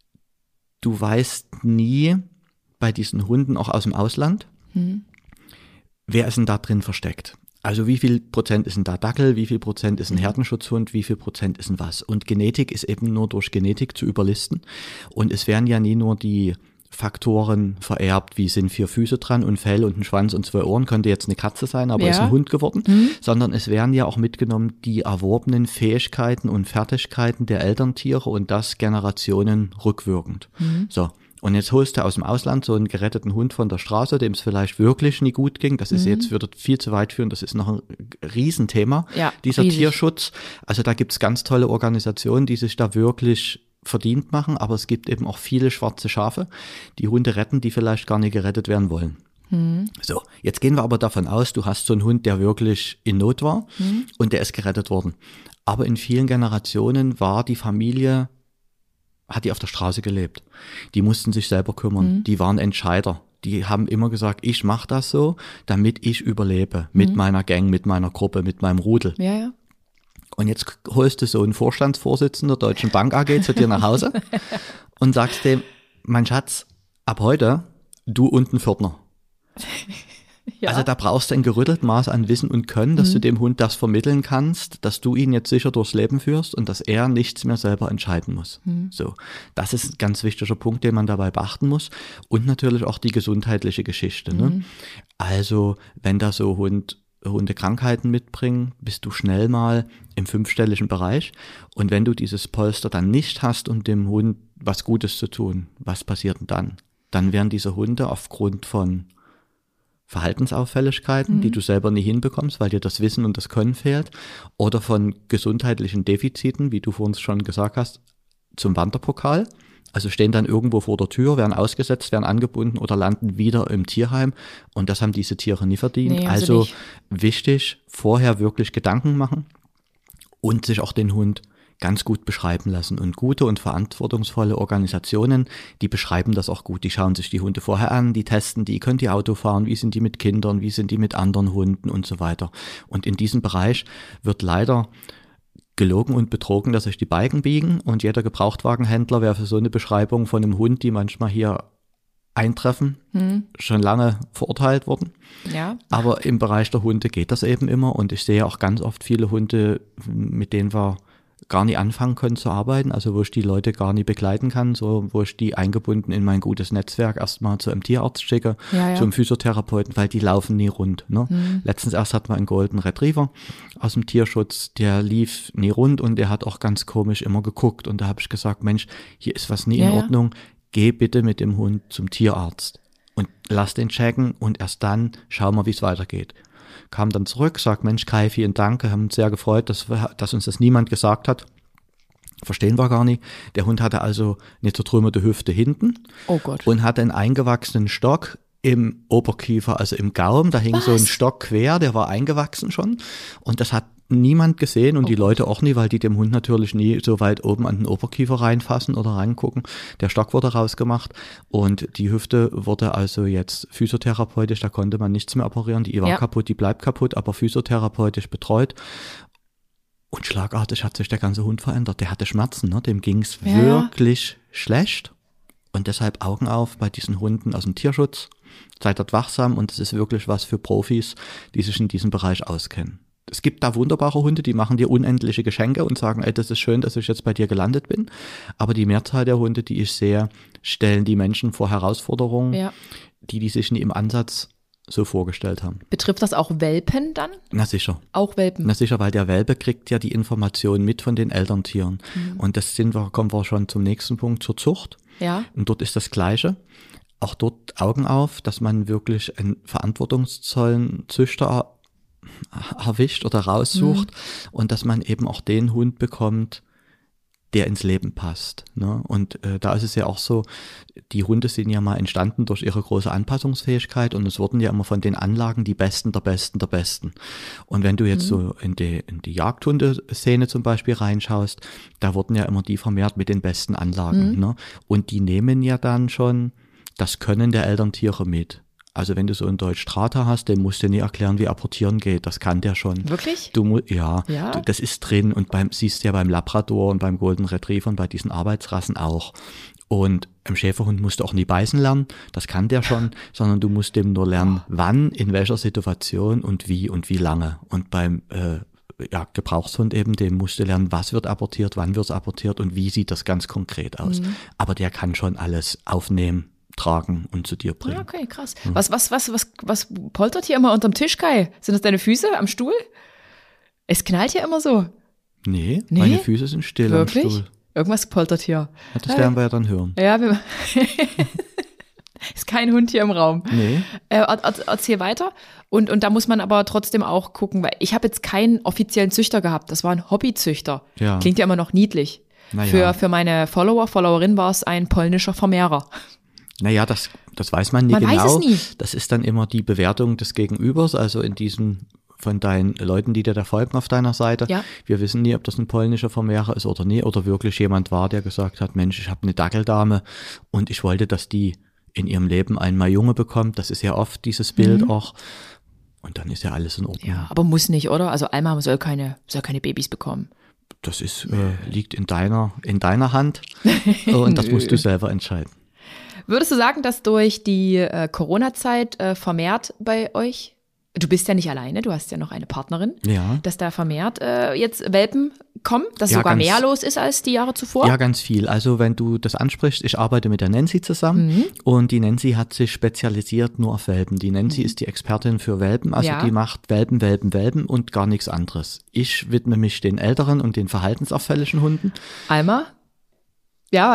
du weißt nie bei diesen Hunden, auch aus dem Ausland, mhm. wer ist denn da drin versteckt. Also wie viel Prozent ist ein da Dackel, wie viel Prozent ist ein Herdenschutzhund, wie viel Prozent ist ein was. Und Genetik ist eben nur durch Genetik zu überlisten. Und es werden ja nie nur die Faktoren vererbt, wie sind vier Füße dran und Fell und ein Schwanz und zwei Ohren, könnte jetzt eine Katze sein, aber ja. ist ein Hund geworden. Mhm. Sondern es werden ja auch mitgenommen die erworbenen Fähigkeiten und Fertigkeiten der Elterntiere und das Generationen rückwirkend. Mhm. So. Und jetzt holst du aus dem Ausland so einen geretteten Hund von der Straße, dem es vielleicht wirklich nie gut ging. Das ist mhm. jetzt, würde viel zu weit führen. Das ist noch ein Riesenthema, ja, dieser riesig. Tierschutz. Also da gibt's ganz tolle Organisationen, die sich da wirklich verdient machen. Aber es gibt eben auch viele schwarze Schafe, die Hunde retten, die vielleicht gar nicht gerettet werden wollen. Mhm. So, jetzt gehen wir aber davon aus, du hast so einen Hund, der wirklich in Not war mhm. und der ist gerettet worden. Aber in vielen Generationen war die Familie hat die auf der Straße gelebt. Die mussten sich selber kümmern. Mhm. Die waren Entscheider. Die haben immer gesagt, ich mache das so, damit ich überlebe. Mit mhm. meiner Gang, mit meiner Gruppe, mit meinem Rudel. Ja, ja. Und jetzt holst du so einen Vorstandsvorsitzenden der Deutschen Bank A G zu dir nach Hause und sagst dem, mein Schatz, ab heute du und ein Pförtner. Ja. Also da brauchst du ein gerüttelt Maß an Wissen und Können, dass mhm. du dem Hund das vermitteln kannst, dass du ihn jetzt sicher durchs Leben führst und dass er nichts mehr selber entscheiden muss. Mhm. So, das ist ein ganz wichtiger Punkt, den man dabei beachten muss. Und natürlich auch die gesundheitliche Geschichte. Mhm. Ne? Also wenn da so Hund Hunde Krankheiten mitbringen, bist du schnell mal im fünfstelligen Bereich. Und wenn du dieses Polster dann nicht hast, um dem Hund was Gutes zu tun. Was passiert denn dann? Dann werden diese Hunde aufgrund von Verhaltensauffälligkeiten, mhm. die du selber nie hinbekommst, weil dir das Wissen und das Können fehlt, oder von gesundheitlichen Defiziten, wie du vorhin schon gesagt hast, zum Wanderpokal. Also stehen dann irgendwo vor der Tür, werden ausgesetzt, werden angebunden oder landen wieder im Tierheim. Und das haben diese Tiere nie verdient. Nee, also also nicht. Wichtig, vorher wirklich Gedanken machen und sich auch den Hund ganz gut beschreiben lassen. Und gute und verantwortungsvolle Organisationen, die beschreiben das auch gut. Die schauen sich die Hunde vorher an, die testen die, können die Auto fahren, wie sind die mit Kindern, wie sind die mit anderen Hunden und so weiter. Und in diesem Bereich wird leider gelogen und betrogen, dass sich die Balken biegen. Und jeder Gebrauchtwagenhändler wäre für so eine Beschreibung von einem Hund, die manchmal hier eintreffen, hm. schon lange verurteilt worden. Ja. Aber im Bereich der Hunde geht das eben immer. Und ich sehe auch ganz oft viele Hunde, mit denen wir gar nicht anfangen können zu arbeiten, also wo ich die Leute gar nicht begleiten kann, so wo ich die eingebunden in mein gutes Netzwerk erstmal zu einem Tierarzt schicke, ja, ja. zum Physiotherapeuten, weil die laufen nie rund. Ne? Mhm. Letztens erst hatten wir einen Golden Retriever aus dem Tierschutz, der lief nie rund und der hat auch ganz komisch immer geguckt und da habe ich gesagt, Mensch, hier ist was nie ja, in Ordnung, ja. Geh bitte mit dem Hund zum Tierarzt und lass den checken und erst dann schauen wir, wie es weitergeht. Kam dann zurück, sagt, Mensch Kai, vielen Dank, wir haben uns sehr gefreut, dass, wir, dass uns das niemand gesagt hat. Verstehen wir gar nicht. Der Hund hatte also eine zertrümmerte Hüfte hinten oh Gott. Und hatte einen eingewachsenen Stock im Oberkiefer, also im Gaumen. Da hing Was? so ein Stock quer, der war eingewachsen schon. Und das hat niemand gesehen und oh die Leute auch nie, weil die dem Hund natürlich nie so weit oben an den Oberkiefer reinfassen oder reingucken. Der Stock wurde rausgemacht und die Hüfte wurde also jetzt physiotherapeutisch, da konnte man nichts mehr operieren. Die war ja. kaputt, die bleibt kaputt, aber physiotherapeutisch betreut. Und schlagartig hat sich der ganze Hund verändert. Der hatte Schmerzen, ne? Dem ging es ja. wirklich schlecht. Und deshalb Augen auf bei diesen Hunden aus dem Tierschutz. Seid dort wachsam und es ist wirklich was für Profis, die sich in diesem Bereich auskennen. Es gibt da wunderbare Hunde, die machen dir unendliche Geschenke und sagen, ey, das ist schön, dass ich jetzt bei dir gelandet bin. Aber die Mehrzahl der Hunde, die ich sehe, stellen die Menschen vor Herausforderungen, ja. die die sich nie im Ansatz so vorgestellt haben. Betrifft das auch Welpen dann? Na sicher. Auch Welpen? Na sicher, weil der Welpe kriegt ja die Informationen mit von den Elterntieren. Mhm. Und das sind wir, kommen wir schon zum nächsten Punkt, zur Zucht. Ja. Und dort ist das Gleiche. Auch dort Augen auf, dass man wirklich einen verantwortungsvollen Züchter erwischt oder raussucht mhm. und dass man eben auch den Hund bekommt, der ins Leben passt. Ne? Und äh, da ist es ja auch so, die Hunde sind ja mal entstanden durch ihre große Anpassungsfähigkeit und es wurden ja immer von den Anlagen die Besten der Besten der Besten. Und wenn du jetzt mhm. so in die, in die Jagdhundeszene zum Beispiel reinschaust, da wurden ja immer die vermehrt mit den besten Anlagen. Mhm. Ne? Und die nehmen ja dann schon das Können der Elterntiere mit. Also wenn du so einen Deutsch Strata hast, dem musst du nie erklären, wie apportieren geht. Das kann der schon. Wirklich? Du, ja, ja, du, das ist drin und beim siehst du ja beim Labrador und beim Golden Retriever und bei diesen Arbeitsrassen auch. Und im Schäferhund musst du auch nie beißen lernen, das kann der schon, sondern du musst dem nur lernen, wann, in welcher Situation und wie und wie lange. Und beim äh, ja, Gebrauchshund eben, dem musst du lernen, was wird apportiert, wann wird es apportiert und wie sieht das ganz konkret aus. Mhm. Aber der kann schon alles aufnehmen, tragen und zu dir bringen. Okay, krass. Hm. Was, was, was, was, was poltert hier immer unterm Tisch, Kai? Sind das deine Füße am Stuhl? Es knallt hier immer so. Nee, nee? Meine Füße sind still Wirklich? am Stuhl. Irgendwas poltert hier. Ja, das werden wir ja dann hören. Ja, wir ist kein Hund hier im Raum. Nee. Äh, erzähl weiter. Und, und da muss man aber trotzdem auch gucken, weil ich habe jetzt keinen offiziellen Züchter gehabt. Das war ein Hobbyzüchter. Ja. Klingt ja immer noch niedlich. Naja. Für, für meine Follower, Followerin war es ein polnischer Vermehrer. Naja, das, das weiß man nie man genau. Weiß es nie. Das ist dann immer die Bewertung des Gegenübers, also in diesem von deinen Leuten, die dir da folgen auf deiner Seite. Ja. Wir wissen nie, ob das ein polnischer Vermehrer ist oder nie, oder wirklich jemand war, der gesagt hat, Mensch, ich habe eine Dackeldame und ich wollte, dass die in ihrem Leben einmal Junge bekommt. Das ist ja oft dieses Bild mhm. auch. Und dann ist ja alles in Ordnung. Ja, aber muss nicht, oder? Also Alma soll keine, soll keine Babys bekommen. Das ist, äh, liegt in deiner, in deiner Hand und das musst du selber entscheiden. Würdest du sagen, dass durch die äh, Corona-Zeit äh, vermehrt bei euch, du bist ja nicht alleine, du hast ja noch eine Partnerin, ja. dass da vermehrt äh, jetzt Welpen kommen, dass ja, sogar ganz, mehr los ist als die Jahre zuvor? Ja, ganz viel. Also wenn du das ansprichst, ich arbeite mit der Nancy zusammen mhm. und die Nancy hat sich spezialisiert nur auf Welpen. Die Nancy mhm. ist die Expertin für Welpen, also ja. die macht Welpen, Welpen, Welpen und gar nichts anderes. Ich widme mich den älteren und den verhaltensauffälligen Hunden. Alma? Ja, warte.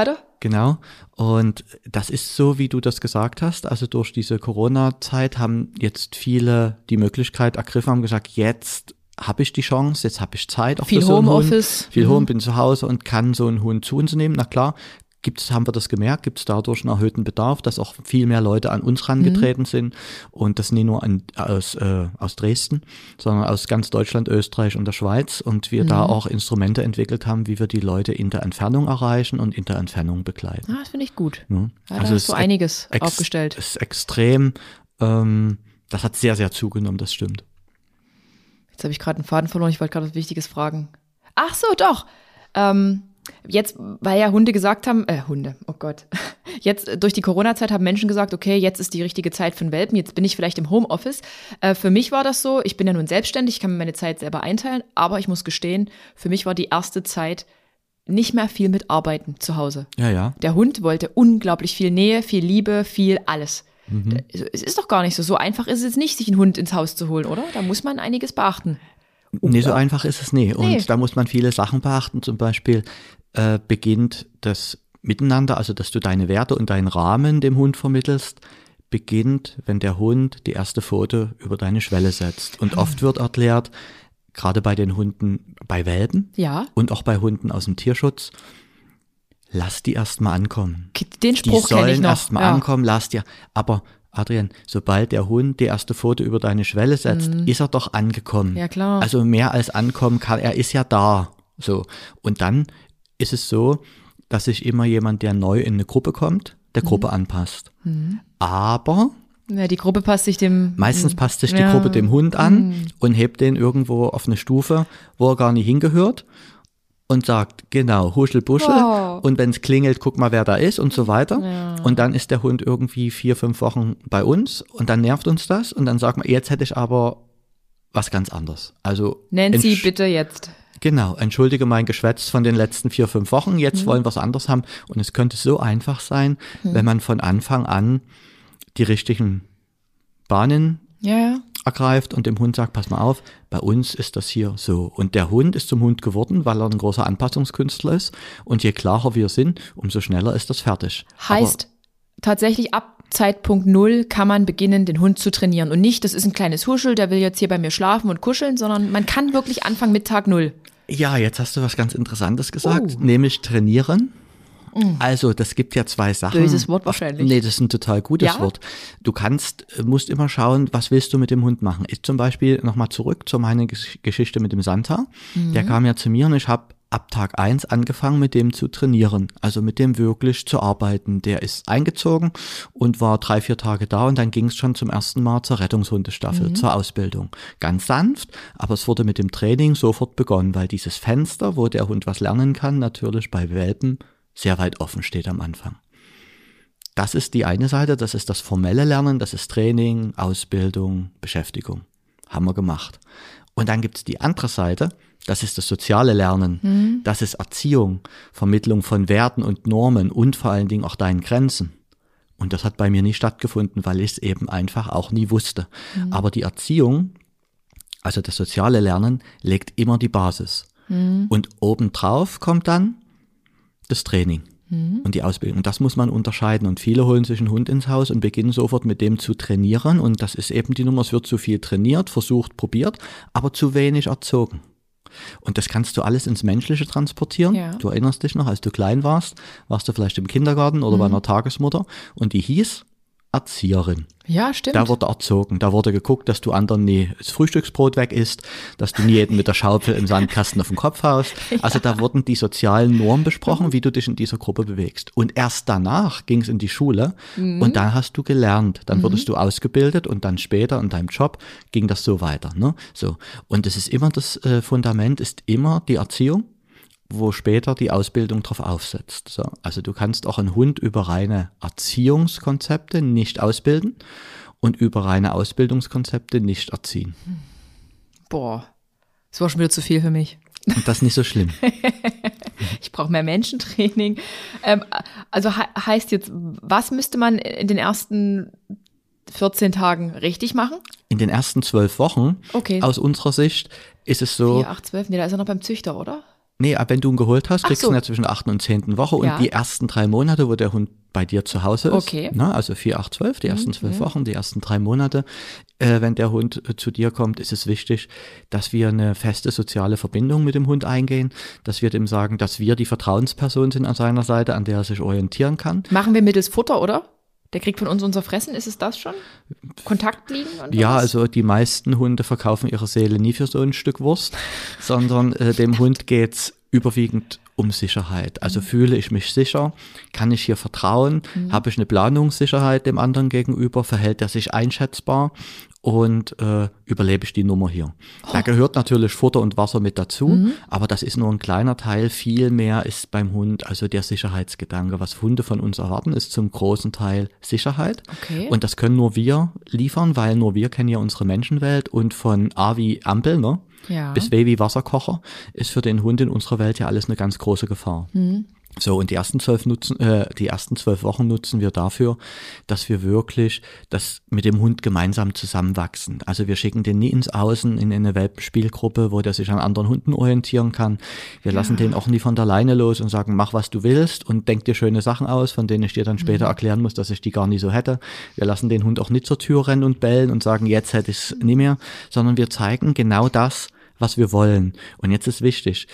Genau. Und das ist so, wie du das gesagt hast. Also durch diese Corona-Zeit haben jetzt viele die Möglichkeit ergriffen, haben gesagt, jetzt habe ich die Chance, jetzt habe ich Zeit. Auch Viel für so einen Homeoffice. Hund. Viel Mhm. Home, bin zu Hause und kann so einen Hund zu uns nehmen. Na klar, gibt's, haben wir das gemerkt, gibt es dadurch einen erhöhten Bedarf, dass auch viel mehr Leute an uns rangetreten mhm. sind. Und das nicht nur an, aus, äh, aus Dresden, sondern aus ganz Deutschland, Österreich und der Schweiz. Und wir mhm. da auch Instrumente entwickelt haben, wie wir die Leute in der Entfernung erreichen und in der Entfernung begleiten. Ah, das finde ich gut. Ja. Ja, also da hast du einiges ex- aufgestellt. Es ist extrem, ähm, das hat sehr, sehr zugenommen, das stimmt. Jetzt habe ich gerade einen Faden verloren, ich wollte gerade was Wichtiges fragen. Ach so, doch. Ähm, jetzt, weil ja Hunde gesagt haben, äh, Hunde, oh Gott. Jetzt äh, durch die Corona-Zeit haben Menschen gesagt, okay, jetzt ist die richtige Zeit für einen Welpen, jetzt bin ich vielleicht im Homeoffice. Äh, für mich war das so, ich bin ja nun selbstständig, ich kann mir meine Zeit selber einteilen, aber ich muss gestehen, für mich war die erste Zeit nicht mehr viel mit Arbeiten zu Hause. Ja, ja. Der Hund wollte unglaublich viel Nähe, viel Liebe, viel alles. Mhm. Es ist doch gar nicht so. So einfach ist es jetzt nicht, sich einen Hund ins Haus zu holen, oder? Da muss man einiges beachten. Nee, so einfach ist es nie. Und Nee. da muss man viele Sachen beachten. Zum Beispiel äh, beginnt das Miteinander, also dass du deine Werte und deinen Rahmen dem Hund vermittelst, beginnt, wenn der Hund die erste Pfote über deine Schwelle setzt. Und oft wird erklärt, gerade bei den Hunden, bei Welpen Ja. und auch bei Hunden aus dem Tierschutz, lass die erst mal ankommen. Den Spruch Die kenne ich sollen noch. erst mal ja. ankommen, lass dir. Aber Adrian, sobald der Hund die erste Pfote über deine Schwelle setzt, ist er doch angekommen. Ja, klar. Also mehr als ankommen kann, er ist ja da. So. Und dann ist es so, dass sich immer jemand, der neu in eine Gruppe kommt, der Gruppe anpasst. Aber Ja, die Gruppe passt sich dem. meistens passt sich die Ja. Gruppe dem Hund an und hebt den irgendwo auf eine Stufe, wo er gar nicht hingehört. Und sagt, genau, Huschel, Buschel. Wow. Und wenn es klingelt, guck mal, wer da ist und so weiter. Ja. Und dann ist der Hund irgendwie vier, fünf Wochen bei uns und dann nervt uns das. Und dann sagt man, jetzt hätte ich aber was ganz anderes. Also Nancy, entsch- bitte jetzt. Genau, entschuldige mein Geschwätz von den letzten vier, fünf Wochen. Jetzt wollen wir es anders haben. Und es könnte so einfach sein, wenn man von Anfang an die richtigen Bahnen Ja, ja. ergreift und dem Hund sagt, pass mal auf, bei uns ist das hier so. Und der Hund ist zum Hund geworden, weil er ein großer Anpassungskünstler ist. Und je klarer wir sind, umso schneller ist das fertig. Heißt, tatsächlich ab Zeitpunkt Null kann man beginnen, den Hund zu trainieren. Und nicht, das ist ein kleines Huschel, der will jetzt hier bei mir schlafen und kuscheln, sondern man kann wirklich anfangen mit Tag Null. Aber, ja, jetzt hast du was ganz Interessantes gesagt, Oh. nämlich trainieren. Also, das gibt ja zwei Sachen. Böses Wort wahrscheinlich. Nee, das ist ein total gutes Ja? Wort. Du kannst, musst immer schauen, was willst du mit dem Hund machen. Ich zum Beispiel, nochmal zurück zu meiner Gesch- Geschichte mit dem Santa. Mhm. Der kam ja zu mir und ich habe ab Tag eins angefangen, mit dem zu trainieren. Also mit dem wirklich zu arbeiten. Der ist eingezogen und war drei, vier Tage da und dann ging es schon zum ersten Mal zur Rettungshundestaffel, Mhm. zur Ausbildung. Ganz sanft, aber es wurde mit dem Training sofort begonnen, weil dieses Fenster, wo der Hund was lernen kann, natürlich bei Welpen sehr weit offen steht am Anfang. Das ist die eine Seite, das ist das formelle Lernen, das ist Training, Ausbildung, Beschäftigung. Haben wir gemacht. Und dann gibt es die andere Seite, das ist das soziale Lernen, Mhm. das ist Erziehung, Vermittlung von Werten und Normen und vor allen Dingen auch deinen Grenzen. Und das hat bei mir nie stattgefunden, weil ich es eben einfach auch nie wusste. Aber die Erziehung, also das soziale Lernen, legt immer die Basis. Und obendrauf kommt dann das Training und die Ausbildung. Und das muss man unterscheiden. Und viele holen sich einen Hund ins Haus und beginnen sofort mit dem zu trainieren. Und das ist eben die Nummer, es wird zu viel trainiert, versucht, probiert, aber zu wenig erzogen. Und das kannst du alles ins Menschliche transportieren. Ja. Du erinnerst dich noch, als du klein warst, warst du vielleicht im Kindergarten oder bei einer Tagesmutter und die hieß Erzieherin. Ja, stimmt. Da wurde erzogen, da wurde geguckt, dass du anderen nie das Frühstücksbrot weg isst, dass du nie jeden mit der Schaufel im Sandkasten auf den Kopf haust. Also da wurden die sozialen Normen besprochen, wie du dich in dieser Gruppe bewegst. Und erst danach ging es in die Schule und dann hast du gelernt. Dann wurdest du ausgebildet und dann später in deinem Job ging das so weiter. Ne? So. Und es ist immer das äh, Fundament, ist immer die Erziehung, wo später die Ausbildung drauf aufsetzt. So, also du kannst auch einen Hund über reine Erziehungskonzepte nicht ausbilden und über reine Ausbildungskonzepte nicht erziehen. Boah, das war schon wieder zu viel für mich. Und das ist nicht so schlimm. Ich brauche mehr Menschentraining. Ähm, also he heißt jetzt, was müsste man in den ersten vierzehn Tagen richtig machen? In den ersten zwölf Wochen, Okay. aus unserer Sicht, ist es so, vier, acht, zwölf, nee, da ist er noch beim Züchter, oder? Nee, wenn du ihn geholt hast, Ach kriegst so. du ihn ja zwischen der achten und zehnten Woche und Ja. die ersten drei Monate, wo der Hund bei dir zu Hause ist, Okay. ne, also vier, acht, zwölf, die ersten zwölf Wochen, die ersten drei Monate, äh, wenn der Hund äh, zu dir kommt, ist es wichtig, dass wir eine feste soziale Verbindung mit dem Hund eingehen, dass wir dem sagen, dass wir die Vertrauensperson sind an seiner Seite, an der er sich orientieren kann. Machen wir mittels Futter, oder? Der kriegt von uns unser Fressen, ist es das schon? Kontakt liegen? Und Ja, was? also die meisten Hunde verkaufen ihre Seele nie für so ein Stück Wurst, sondern äh, dem Hund geht's überwiegend um Sicherheit. Also Mhm. fühle ich mich sicher, kann ich hier vertrauen, mhm. habe ich eine Planungssicherheit dem anderen gegenüber, verhält er sich einschätzbar und äh, überlebe ich die Nummer hier. Oh. Da gehört natürlich Futter und Wasser mit dazu, mhm. aber das ist nur ein kleiner Teil. Viel mehr ist beim Hund, also der Sicherheitsgedanke. Was Hunde von uns erwarten, ist zum großen Teil Sicherheit. Okay. Und das können nur wir liefern, weil nur wir kennen ja unsere Menschenwelt und von A wie Ampel, ne? Ja. Bis W wie Wasserkocher ist für den Hund in unserer Welt ja alles eine ganz große Gefahr. Mhm. So, und die ersten zwölf nutzen, äh, die ersten zwölf Wochen nutzen wir dafür, dass wir wirklich das mit dem Hund gemeinsam zusammenwachsen. Also wir schicken den nie ins Außen in eine Welpenspielgruppe, wo der sich an anderen Hunden orientieren kann. Wir ja. lassen den auch nie von der Leine los und sagen, mach was du willst und denk dir schöne Sachen aus, von denen ich dir dann später mhm. erklären muss, dass ich die gar nicht so hätte. Wir lassen den Hund auch nicht zur Tür rennen und bellen und sagen, jetzt hätte ich es nie mehr, sondern wir zeigen genau das, was wir wollen. Und jetzt ist wichtig,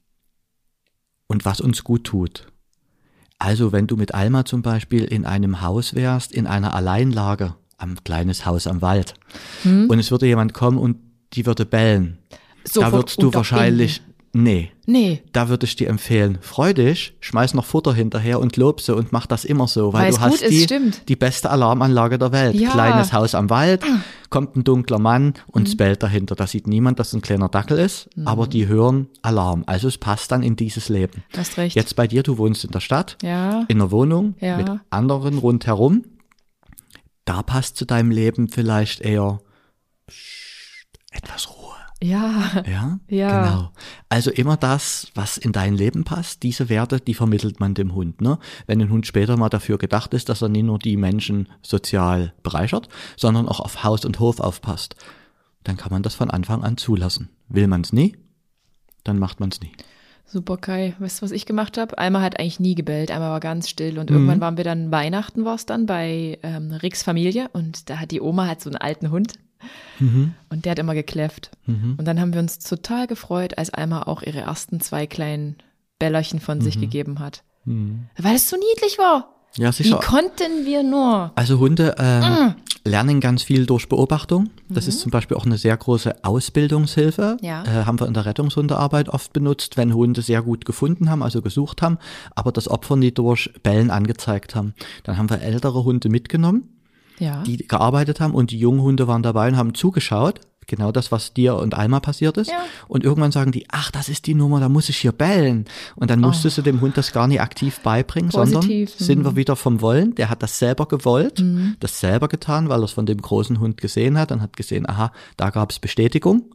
und was uns gut tut. Also wenn du mit Alma zum Beispiel in einem Haus wärst, in einer Alleinlage, am kleines Haus am Wald, hm. und es würde jemand kommen und die würde bellen, Sofort da würdest du wahrscheinlich, nee, nee, da würde ich dir empfehlen, freu dich, schmeiß noch Futter hinterher und lob sie und mach das immer so, weil, weil du hast die, die beste Alarmanlage der Welt. Ja. Kleines Haus am Wald, ah. kommt ein dunkler Mann und mhm. bellt dahinter. Da sieht niemand, dass es ein kleiner Dackel ist, mhm. aber die hören Alarm. Also es passt dann in dieses Leben. Du hast recht. Jetzt bei dir, du wohnst in der Stadt, ja. in einer Wohnung ja. mit anderen rundherum. Da passt zu deinem Leben vielleicht eher etwas Ruhe. Ja. Ja, ja, genau. Also immer das, was in dein Leben passt, diese Werte, die vermittelt man dem Hund. Ne? Wenn ein Hund später mal dafür gedacht ist, dass er nicht nur die Menschen sozial bereichert, sondern auch auf Haus und Hof aufpasst, dann kann man das von Anfang an zulassen. Will man es nie, dann macht man es nie. Super, Kai. Weißt du, was ich gemacht habe? Alma hat eigentlich nie gebellt. Alma war ganz still. Und mhm. irgendwann waren wir dann, Weihnachten war es dann, bei ähm, Ricks Familie. Und da hat die Oma halt so einen alten Hund. Mhm. Und der hat immer gekläfft. Mhm. Und dann haben wir uns total gefreut, als Alma auch ihre ersten zwei kleinen Bellerchen von mhm. sich gegeben hat. Mhm. Weil es so niedlich war. Ja, sicher. Wie konnten wir nur? Also Hunde äh, mhm. lernen ganz viel durch Beobachtung. Das mhm. ist zum Beispiel auch eine sehr große Ausbildungshilfe. Ja. Äh, haben wir in der Rettungshundearbeit oft benutzt, wenn Hunde sehr gut gefunden haben, also gesucht haben, aber das Opfer nie durch Bellen angezeigt haben. Dann haben wir ältere Hunde mitgenommen. Ja. Die gearbeitet haben und die jungen Hunde waren dabei und haben zugeschaut, genau das, was dir und Alma passiert ist. Ja. Und irgendwann sagen die, ach, das ist die Nummer, da muss ich hier bellen. Und dann musstest oh. du dem Hund das gar nicht aktiv beibringen, Positiv. sondern sind wir wieder vom Wollen. Der hat das selber gewollt, mhm. das selber getan, weil er es von dem großen Hund gesehen hat und hat gesehen, aha, da gab es Bestätigung.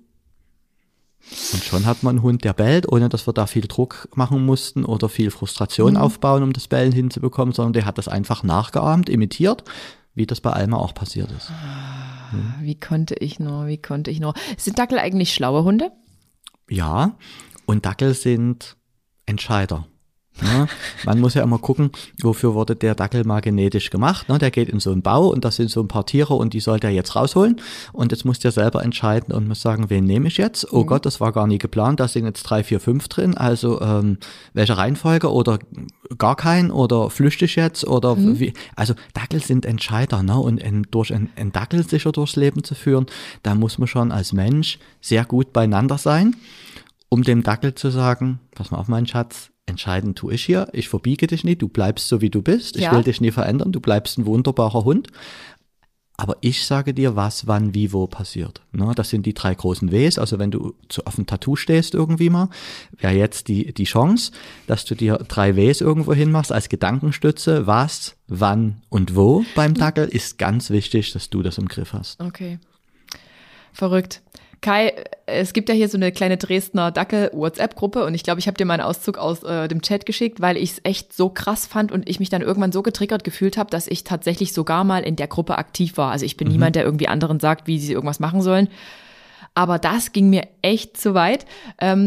Und schon hat man einen Hund, der bellt, ohne dass wir da viel Druck machen mussten oder viel Frustration mhm. aufbauen, um das Bellen hinzubekommen, sondern der hat das einfach nachgeahmt, imitiert, wie das bei Alma auch passiert ist. Hm. Wie konnte ich nur, wie konnte ich nur. Sind Dackel eigentlich schlaue Hunde? Ja, und Dackel sind Entscheider. Ja, man muss ja immer gucken, wofür wurde der Dackel mal genetisch gemacht. Ne? Der geht in so einen Bau und das sind so ein paar Tiere und die soll der jetzt rausholen. Und jetzt muss der selber entscheiden und muss sagen, wen nehme ich jetzt? Oh mhm. Gott, das war gar nie geplant, da sind jetzt drei, vier, fünf drin. Also ähm, welche Reihenfolge oder gar kein oder flüchte ich jetzt oder mhm. wie? Also Dackel sind Entscheider, ne? Und in, durch ein, ein Dackel sicher durchs Leben zu führen, da muss man schon als Mensch sehr gut beieinander sein, um dem Dackel zu sagen, pass mal auf, mein Schatz, entscheiden tue ich hier, ich verbiege dich nicht, du bleibst so wie du bist, ich ja. will dich nie verändern, du bleibst ein wunderbarer Hund, aber ich sage dir, was, wann, wie, wo passiert. Ne, das sind die drei großen Ws, also wenn du zu, auf ein Tattoo stehst irgendwie mal, wäre jetzt die, die Chance, dass du dir drei Ws irgendwo hinmachst als Gedankenstütze, was, wann und wo beim Dackel, ist ganz wichtig, dass du das im Griff hast. Okay, verrückt. Kai, es gibt ja hier so eine kleine Dresdner Dackel-WhatsApp-Gruppe und ich glaube, ich habe dir mal einen Auszug aus äh, dem Chat geschickt, weil ich es echt so krass fand und ich mich dann irgendwann so getriggert gefühlt habe, dass ich tatsächlich sogar mal in der Gruppe aktiv war. Also ich bin mhm. niemand, der irgendwie anderen sagt, wie sie irgendwas machen sollen. Aber das ging mir echt zu weit. Ähm,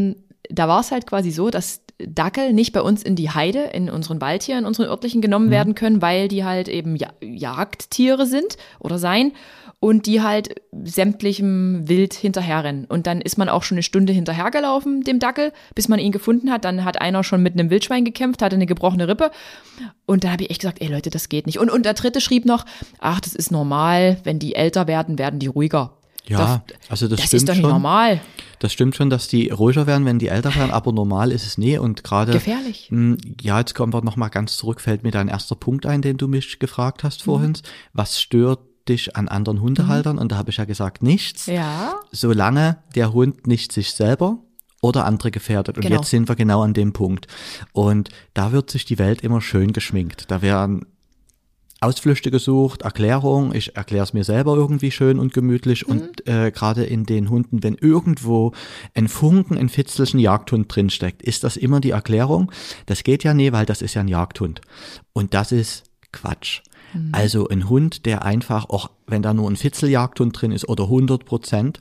da war es halt quasi so, dass Dackel nicht bei uns in die Heide, in unseren Wald hier, in unseren örtlichen genommen mhm. werden können, weil die halt eben ja- Jagdtiere sind oder seien und die halt sämtlichem Wild hinterherrennen. Und dann ist man auch schon eine Stunde hinterhergelaufen, dem Dackel, bis man ihn gefunden hat. Dann hat einer schon mit einem Wildschwein gekämpft, hatte eine gebrochene Rippe. Und da habe ich echt gesagt, ey Leute, das geht nicht. Und, und der dritte schrieb noch, ach, das ist normal, wenn die älter werden, werden die ruhiger. Ja, also das, das stimmt ist doch nicht schon. normal. Das stimmt schon, dass die ruhiger werden, wenn die älter werden, aber normal ist es nie und gerade gefährlich. Mh, ja, jetzt kommen wir noch mal ganz zurück, fällt mir dein erster Punkt ein, den du mich gefragt hast vorhin. Mhm. Was stört dich an anderen Hundehaltern? Mhm. Und da habe ich ja gesagt, nichts. Ja. Solange der Hund nicht sich selber oder andere gefährdet. Und genau. jetzt sind wir genau an dem Punkt. Und da wird sich die Welt immer schön geschminkt. Da werden Ausflüchte gesucht, Erklärung, ich erkläre es mir selber irgendwie schön und gemütlich mhm. und äh, gerade in den Hunden, wenn irgendwo ein Funken, ein Fitzelchen Jagdhund drinsteckt, ist das immer die Erklärung? Das geht ja nie, weil das ist ja ein Jagdhund und das ist Quatsch. Mhm. Also ein Hund, der einfach, auch wenn da nur ein Fitzeljagdhund drin ist oder hundert Prozent,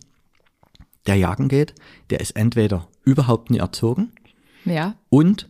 der jagen geht, der ist entweder überhaupt nie erzogen ja. und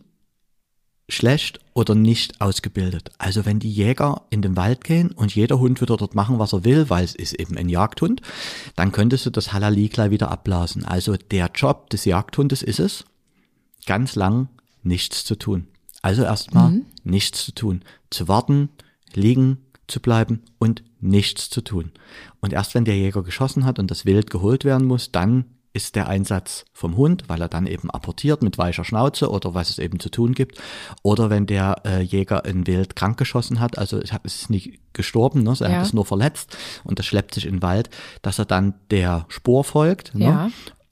schlecht oder nicht ausgebildet. Also wenn die Jäger in den Wald gehen und jeder Hund würde dort machen, was er will, weil es ist eben ein Jagdhund, dann könntest du das Halali gleich wieder abblasen. Also der Job des Jagdhundes ist es, ganz lang nichts zu tun. Also erstmal mhm. nichts zu tun. Zu warten, liegen zu bleiben und nichts zu tun. Und erst wenn der Jäger geschossen hat und das Wild geholt werden muss, dann ist der Einsatz vom Hund, weil er dann eben apportiert mit weicher Schnauze oder was es eben zu tun gibt. Oder wenn der äh, Jäger ein Wild krank geschossen hat, also es ist nicht gestorben, ne, er ja. hat es nur verletzt und das schleppt sich in den Wald, dass er dann der Spur folgt ne, ja.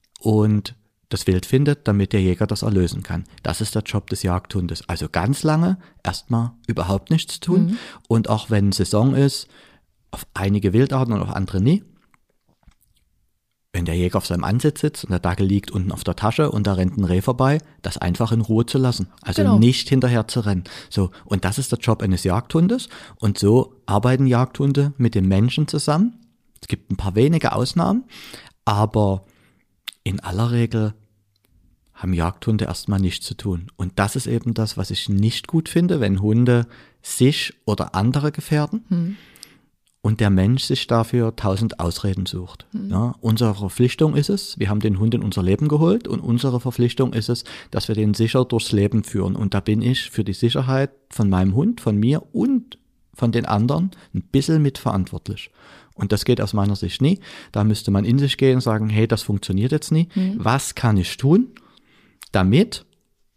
und das Wild findet, damit der Jäger das erlösen kann. Das ist der Job des Jagdhundes. Also ganz lange erstmal überhaupt nichts tun mhm. und auch wenn Saison ist, auf einige Wildarten und auf andere nie. Wenn der Jäger auf seinem Ansitz sitzt und der Dackel liegt unten auf der Tasche und da rennt ein Reh vorbei, das einfach in Ruhe zu lassen. Also genau. nicht hinterher zu rennen. So, und das ist der Job eines Jagdhundes. Und so arbeiten Jagdhunde mit dem Menschen zusammen. Es gibt ein paar wenige Ausnahmen, aber in aller Regel haben Jagdhunde erstmal nichts zu tun. Und das ist eben das, was ich nicht gut finde, wenn Hunde sich oder andere gefährden. Hm. Und der Mensch sich dafür tausend Ausreden sucht. Mhm. Ja, unsere Verpflichtung ist es, wir haben den Hund in unser Leben geholt und unsere Verpflichtung ist es, dass wir den sicher durchs Leben führen. Und da bin ich für die Sicherheit von meinem Hund, von mir und von den anderen ein bisschen mitverantwortlich. Und das geht aus meiner Sicht nie. Da müsste man in sich gehen und sagen, hey, das funktioniert jetzt nie. Mhm. Was kann ich tun, damit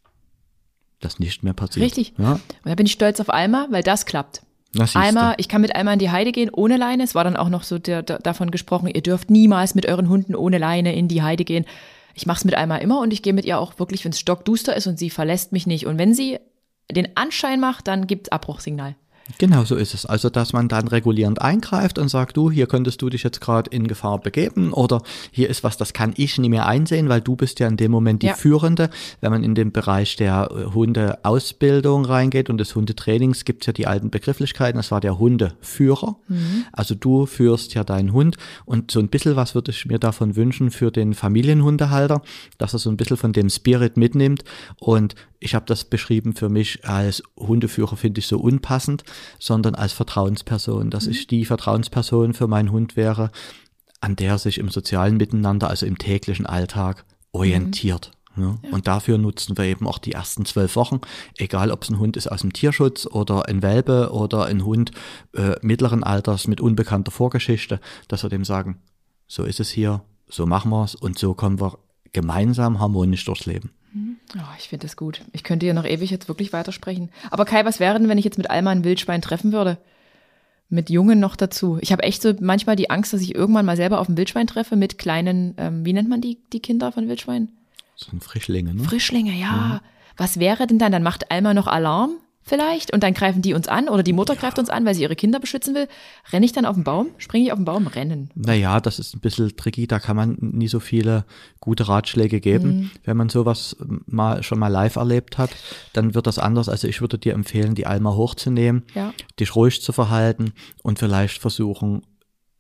das nicht mehr passiert? Richtig. Ja. Und da bin ich stolz auf Alma, weil das klappt. Alma, ich kann mit Alma in die Heide gehen ohne Leine. Es war dann auch noch so der, der, davon gesprochen, ihr dürft niemals mit euren Hunden ohne Leine in die Heide gehen. Ich mache es mit Alma immer und ich gehe mit ihr auch wirklich, wenn es stockduster ist und sie verlässt mich nicht. Und wenn sie den Anschein macht, dann gibt's Abbruchsignal. Genau so ist es. Also, dass man dann regulierend eingreift und sagt, du, hier könntest du dich jetzt gerade in Gefahr begeben oder hier ist was, das kann ich nicht mehr einsehen, weil du bist ja in dem Moment die ja. Führende. Wenn man in den Bereich der Hundeausbildung reingeht und des Hundetrainings, gibt es ja die alten Begrifflichkeiten, das war der Hundeführer. Mhm. Also du führst ja deinen Hund und so ein bisschen was würde ich mir davon wünschen für den Familienhundehalter, dass er so ein bisschen von dem Spirit mitnimmt und ich habe das beschrieben für mich als Hundeführer, finde ich so unpassend, sondern als Vertrauensperson, dass mhm. ich die Vertrauensperson für meinen Hund wäre, an der sich im sozialen Miteinander, also im täglichen Alltag orientiert. Mhm. Ja. Ja. Und dafür nutzen wir eben auch die ersten zwölf Wochen, egal ob es ein Hund ist aus dem Tierschutz oder ein Welpe oder ein Hund äh, mittleren Alters mit unbekannter Vorgeschichte, dass wir dem sagen, so ist es hier, so machen wir es und so kommen wir gemeinsam harmonisch durchs Leben. Oh, ich finde das gut. Ich könnte ja noch ewig jetzt wirklich weitersprechen. Aber Kai, was wäre denn, wenn ich jetzt mit Alma ein Wildschwein treffen würde? Mit Jungen noch dazu. Ich habe echt so manchmal die Angst, dass ich irgendwann mal selber auf ein Wildschwein treffe mit kleinen, ähm, wie nennt man die, die Kinder von Wildschweinen? Das sind Frischlinge, ne? Frischlinge, ja. Mhm. Was wäre denn dann? Dann macht Alma noch Alarm vielleicht und dann greifen die uns an oder die Mutter ja. greift uns an, weil sie ihre Kinder beschützen will. Renne ich dann auf den Baum? Springe ich auf den Baum? Rennen? Naja, das ist ein bisschen tricky, da kann man nie so viele gute Ratschläge geben. Mhm. Wenn man sowas mal schon mal live erlebt hat, dann wird das anders. Also ich würde dir empfehlen, die Alma hochzunehmen, ja. dich ruhig zu verhalten und vielleicht versuchen,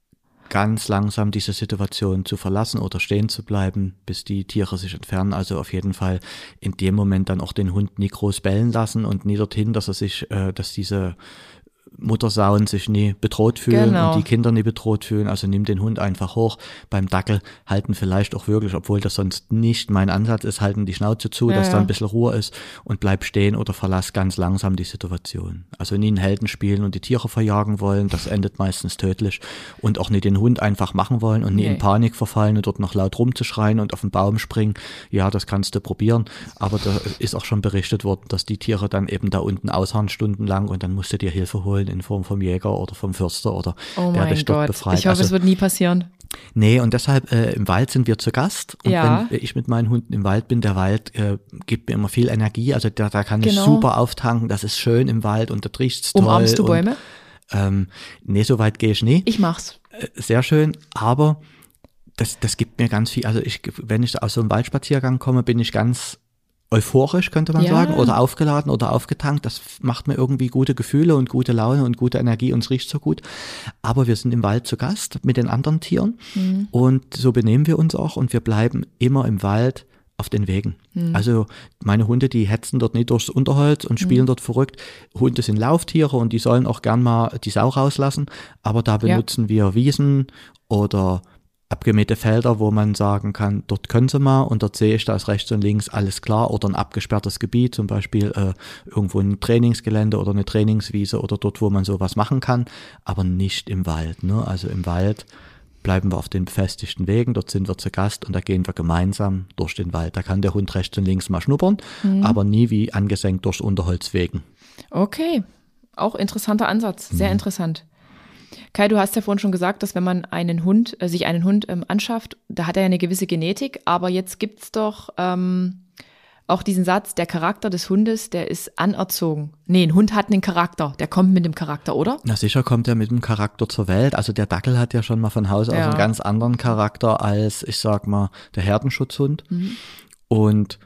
ganz langsam diese Situation zu verlassen oder stehen zu bleiben, bis die Tiere sich entfernen. Also auf jeden Fall in dem Moment dann auch den Hund nie groß bellen lassen und nie dorthin, dass er sich, äh, dass diese Muttersauen sich nie bedroht fühlen Genau. und die Kinder nie bedroht fühlen. Also nimm den Hund einfach hoch. Beim Dackel halten vielleicht auch wirklich, obwohl das sonst nicht mein Ansatz ist, halten die Schnauze zu, Ja, dass ja. da ein bisschen Ruhe ist und bleib stehen oder verlass ganz langsam die Situation. Also nie einen Helden spielen und die Tiere verjagen wollen, das endet meistens tödlich, und auch nie den Hund einfach machen wollen und nie Nee. in Panik verfallen und dort noch laut rumzuschreien und auf den Baum springen. Ja, das kannst du probieren, aber da ist auch schon berichtet worden, dass die Tiere dann eben da unten ausharren stundenlang und dann musst du dir Hilfe holen in Form vom Jäger oder vom Förster oder Oh der mein dich dort Gott, befreit. ich hoffe, Also, es wird nie passieren. nee, und deshalb äh, im Wald sind wir zu Gast. Und Ja. wenn ich mit meinen Hunden im Wald bin, der Wald äh, gibt mir immer viel Energie. Also da, da kann ich Genau. super auftanken. Das ist schön im Wald und da riecht's toll. Umarmst du Bäume? Und, ähm, nee, so weit gehe ich nie. Ich mach's. Äh, sehr schön, aber das, das gibt mir ganz viel. Also ich, wenn ich aus so einem Waldspaziergang komme, bin ich ganz euphorisch, könnte man Ja. sagen, oder aufgeladen oder aufgetankt. Das macht mir irgendwie gute Gefühle und gute Laune und gute Energie und es riecht so gut. Aber wir sind im Wald zu Gast mit den anderen Tieren Mhm. und so benehmen wir uns auch und wir bleiben immer im Wald auf den Wegen. Mhm. Also meine Hunde, die hetzen dort nicht durchs Unterholz und spielen dort verrückt. Hunde sind Lauftiere und die sollen auch gern mal die Sau rauslassen, aber da benutzen wir Wiesen oder abgemähte Felder, wo man sagen kann, dort können sie mal und dort sehe ich, da ist rechts und links alles klar, oder ein abgesperrtes Gebiet, zum Beispiel äh, irgendwo ein Trainingsgelände oder eine Trainingswiese oder dort, wo man sowas machen kann, aber nicht im Wald. Ne? Also im Wald bleiben wir auf den befestigten Wegen, dort sind wir zu Gast und da gehen wir gemeinsam durch den Wald. Da kann der Hund rechts und links mal schnuppern, Mhm. aber nie wie angesenkt durch Unterholzwegen. Okay, auch interessanter Ansatz, sehr Mhm. interessant. Kai, du hast ja vorhin schon gesagt, dass wenn man einen Hund, äh, sich einen Hund ähm, anschafft, da hat er ja eine gewisse Genetik, aber jetzt gibt's doch ähm, auch diesen Satz, der Charakter des Hundes, der ist anerzogen. Nee, ein Hund hat einen Charakter, der kommt mit dem Charakter, oder? Na sicher kommt er mit dem Charakter zur Welt. Also der Dackel hat ja schon mal von Haus aus Ja. einen ganz anderen Charakter als, ich sag mal, der Herdenschutzhund. Mhm. Und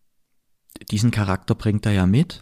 diesen Charakter bringt er ja mit.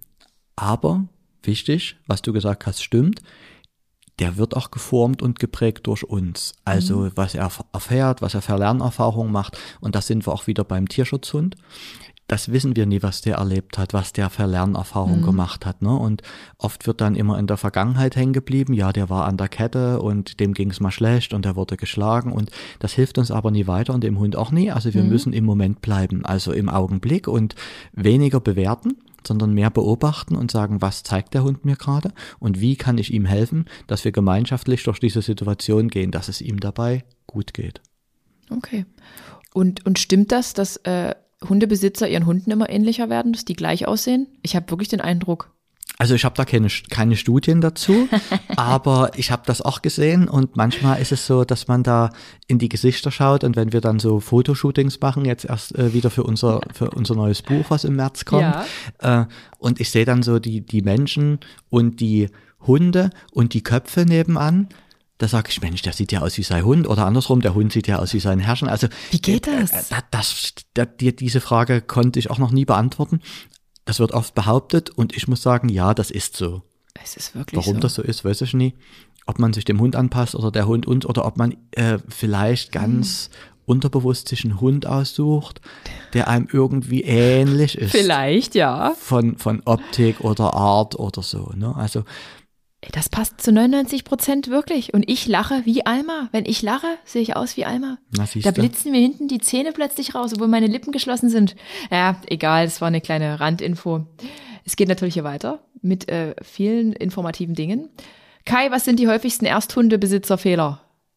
Aber, wichtig, was du gesagt hast, stimmt, der wird auch geformt und geprägt durch uns. Also Mhm. was er erfährt, was er für Lernerfahrungen macht. Und da sind wir auch wieder beim Tierschutzhund. Das wissen wir nie, was der erlebt hat, was der für Lernerfahrung Mhm. gemacht hat. Ne? Und oft wird dann immer in der Vergangenheit hängen geblieben. Ja, der war an der Kette und dem ging es mal schlecht und der wurde geschlagen. Und das hilft uns aber nie weiter und dem Hund auch nie. Also wir Mhm. müssen im Moment bleiben, also im Augenblick und weniger bewerten, sondern mehr beobachten und sagen, was zeigt der Hund mir gerade und wie kann ich ihm helfen, dass wir gemeinschaftlich durch diese Situation gehen, dass es ihm dabei gut geht. Okay. Und, und stimmt das, dass äh, Hundebesitzer ihren Hunden immer ähnlicher werden, dass die gleich aussehen? Ich habe wirklich den Eindruck. Also ich habe da keine, keine Studien dazu, aber ich habe das auch gesehen und manchmal ist es so, dass man da in die Gesichter schaut und wenn wir dann so Fotoshootings machen, jetzt erst äh, wieder für unser, für unser neues Buch, was im März kommt, Ja. äh, und ich sehe dann so die, die Menschen und die Hunde und die Köpfe nebenan. Da sage ich, Mensch, der sieht ja aus wie sein Hund oder andersrum, der Hund sieht ja aus wie sein Herrchen. Also Wie geht das? äh, das, das, das die, diese Frage konnte ich auch noch nie beantworten. Das wird oft behauptet und ich muss sagen, ja, das ist so. Es ist wirklich Warum so. das so ist, weiß ich nie. Ob man sich dem Hund anpasst oder der Hund uns oder ob man äh, vielleicht ganz unterbewusst sich einen Hund aussucht, der einem irgendwie ähnlich ist. Vielleicht, ja. Von, von Optik oder Art oder so. Ne? Also Ey, das passt zu neunundneunzig Prozent wirklich. Und ich lache wie Alma. Wenn ich lache, sehe ich aus wie Alma. Na, siehst Da du. blitzen mir hinten die Zähne plötzlich raus, obwohl meine Lippen geschlossen sind. Ja, egal, es war eine kleine Randinfo. Es geht natürlich hier weiter mit äh, vielen informativen Dingen. Kai, was sind die häufigsten Ersthundebesitzerfehler?